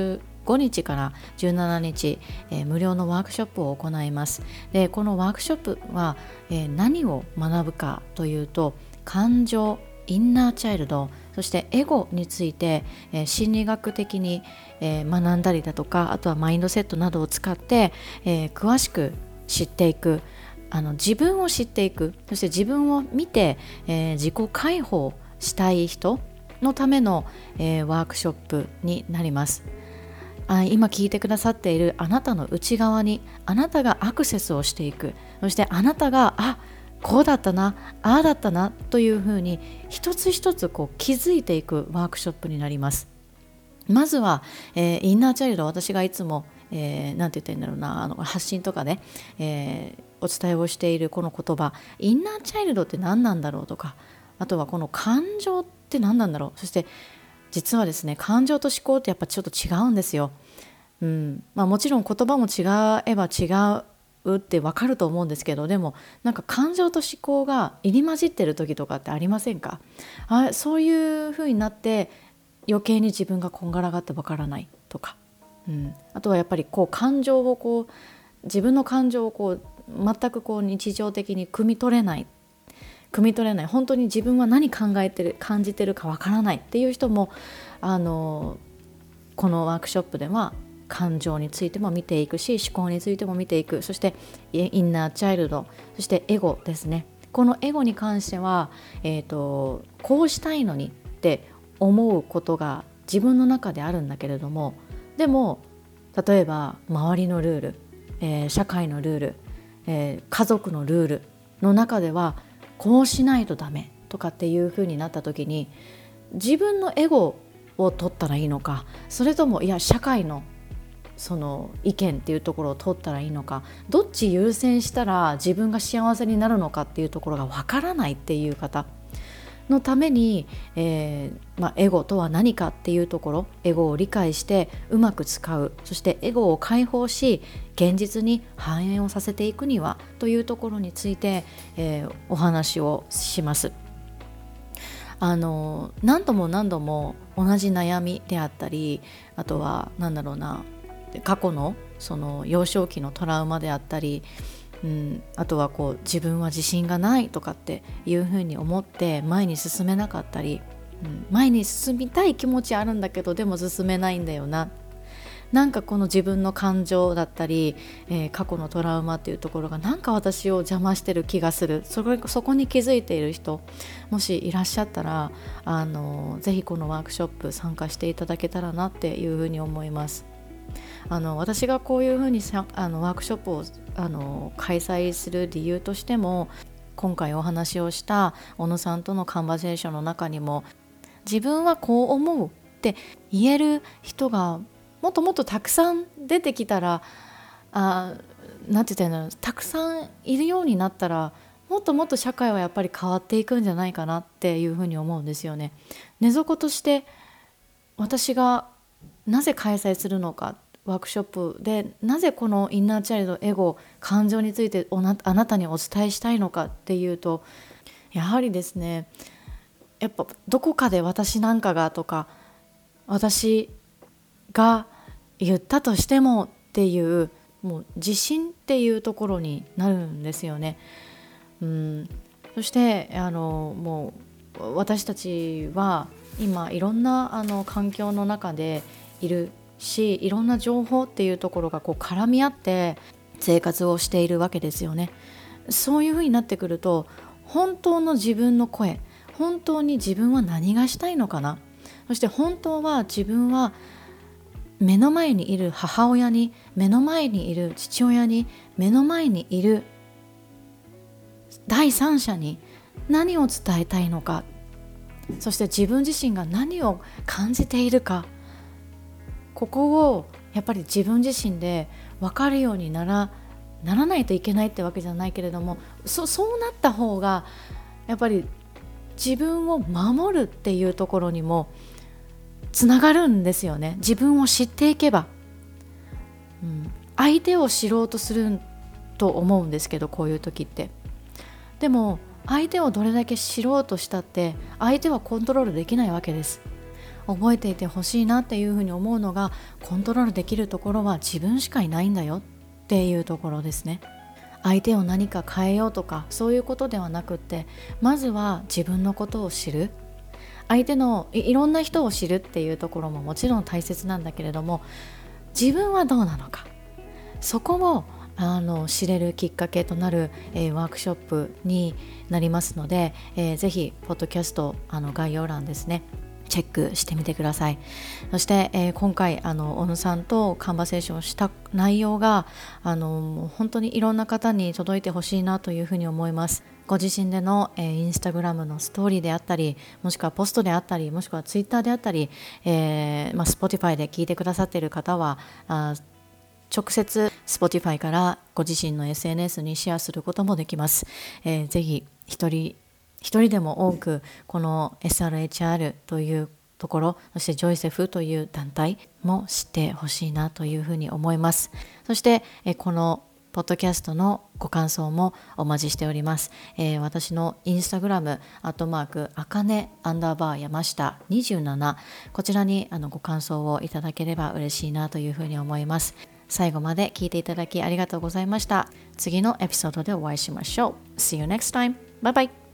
15日から17日、無料のワークショップを行います。でこのワークショップは、何を学ぶかというと、感情、インナーチャイルド、そしてエゴについて、心理学的に、学んだりだとか、あとはマインドセットなどを使って、詳しく知っていく、自分を知っていく、そして自分を見て、自己解放したい人のための、ワークショップになります。 今聞いてくださっているあなたの内側にあなたがアクセスをしていく。そしてあなたがこうだったな、ああだったなというふうに一つ一つ気づいていくワークショップになります。まずは、インナーチャイルド、私がいつも、なんて言ったらいいんだろうな、発信とかね、お伝えをしているこの言葉、インナーチャイルドって何なんだろうとか、あとはこの感情って何なんだろう。そして実はですね、感情と思考ってやっぱちょっと違うんですよ。もちろん言葉も違えば違うって分かると思うんですけど、でもなんか感情と思考が入り混じってる時とかってありませんか？そういう風になって余計に自分がこんがらがって分からないとか、あとはやっぱり感情を自分の感情を全く日常的に汲み取れない、本当に自分は何考えてる感じてるか分からないっていう人もこのワークショップでは感情についても見ていくし、思考についても見ていく。そしてインナーチャイルド、そしてエゴですね。このエゴに関しては、こうしたいのにって思うことが自分の中であるんだけれども、でも例えば周りのルール、社会のルール、家族のルールの中ではこうしないとダメとかっていう風になった時に、自分のエゴを取ったらいいのか、それとも社会のその意見っていうところを取ったらいいのか、どっち優先したら自分が幸せになるのかっていうところがわからないっていう方のために、エゴとは何かっていうところ、エゴを理解してうまく使う、そしてエゴを解放し現実に反映をさせていくにはというところについて、お話をします。何度も何度も同じ悩みであったり、あとは過去のその幼少期のトラウマであったり、あとは自分は自信がないとかっていうふうに思って前に進めなかったり、前に進みたい気持ちあるんだけどでも進めないんだよな、なんかこの自分の感情だったり、過去のトラウマっていうところがなんか私を邪魔してる気がする、そこに気づいている人もしいらっしゃったら、ぜひこのワークショップ参加していただけたらなっていうふうに思います。私がこういうふうにワークショップを開催する理由としても、今回お話をした小野さんとのカンバセーションの中にも、自分はこう思うって言える人がもっともっとたくさん出てきたら、なんて言ったらいいんだろう、たくさんいるようになったらもっともっと社会はやっぱり変わっていくんじゃないかなっていうふうに思うんですよね。寝底として私がなぜ開催するのか、ワークショップでなぜこのインナーチャイルド、エゴ、感情についてあなたにお伝えしたいのかっていうと、やはりですね、やっぱどこかで私なんかがとか、私が言ったとしてもっていう、もう自信っていうところになるんですよね。そしてもう私たちは今いろんな環境の中でいるし、いろんな情報っていうところが絡み合って生活をしているわけですよね。そういうふうになってくると、本当の自分の声、本当に自分は何がしたいのかな、そして本当は自分は目の前にいる母親に、目の前にいる父親に、目の前にいる第三者に何を伝えたいのか、そして自分自身が何を感じているか、ここをやっぱり自分自身で分かるようにならないといけないってわけじゃないけれども、そうなった方がやっぱり自分を守るっていうところにもつながるんですよね。自分を知っていけば、相手を知ろうとすると思うんですけど、こういう時って。でも相手をどれだけ知ろうとしたって相手はコントロールできないわけです。覚えていてほしいなっていうふうに思うのが、コントロールできるところは自分しかいないんだよっていうところですね。相手を何か変えようとかそういうことではなくって、まずは自分のことを知る、相手のいろんな人を知るっていうところももちろん大切なんだけれども、自分はどうなのか、そこを知れるきっかけとなる、ワークショップになりますので、ぜひポッドキャスト概要欄ですね、 チェックしてみてください。そして、今回小野さんとカンバセーションをした内容がもう本当にいろんな方に届いてほしいなというふうに思います。ご自身での、インスタグラムのストーリーであったり、もしくはポストであったり、もしくはツイッターであったり、Spotify で聞いてくださっている方は直接 Spotify からご自身の SNS にシェアすることもできます。ぜひ一人でも多くこの SRHR というところ、そしてジョイセフという団体も知ってほしいなというふうに思います。そしてこのポッドキャストのご感想もお待ちしております。私のインスタグラムあかね山下27、こちらにご感想をいただければ嬉しいなというふうに思います。最後まで聞いていただきありがとうございました。次のエピソードでお会いしましょう。See you next time. Bye bye.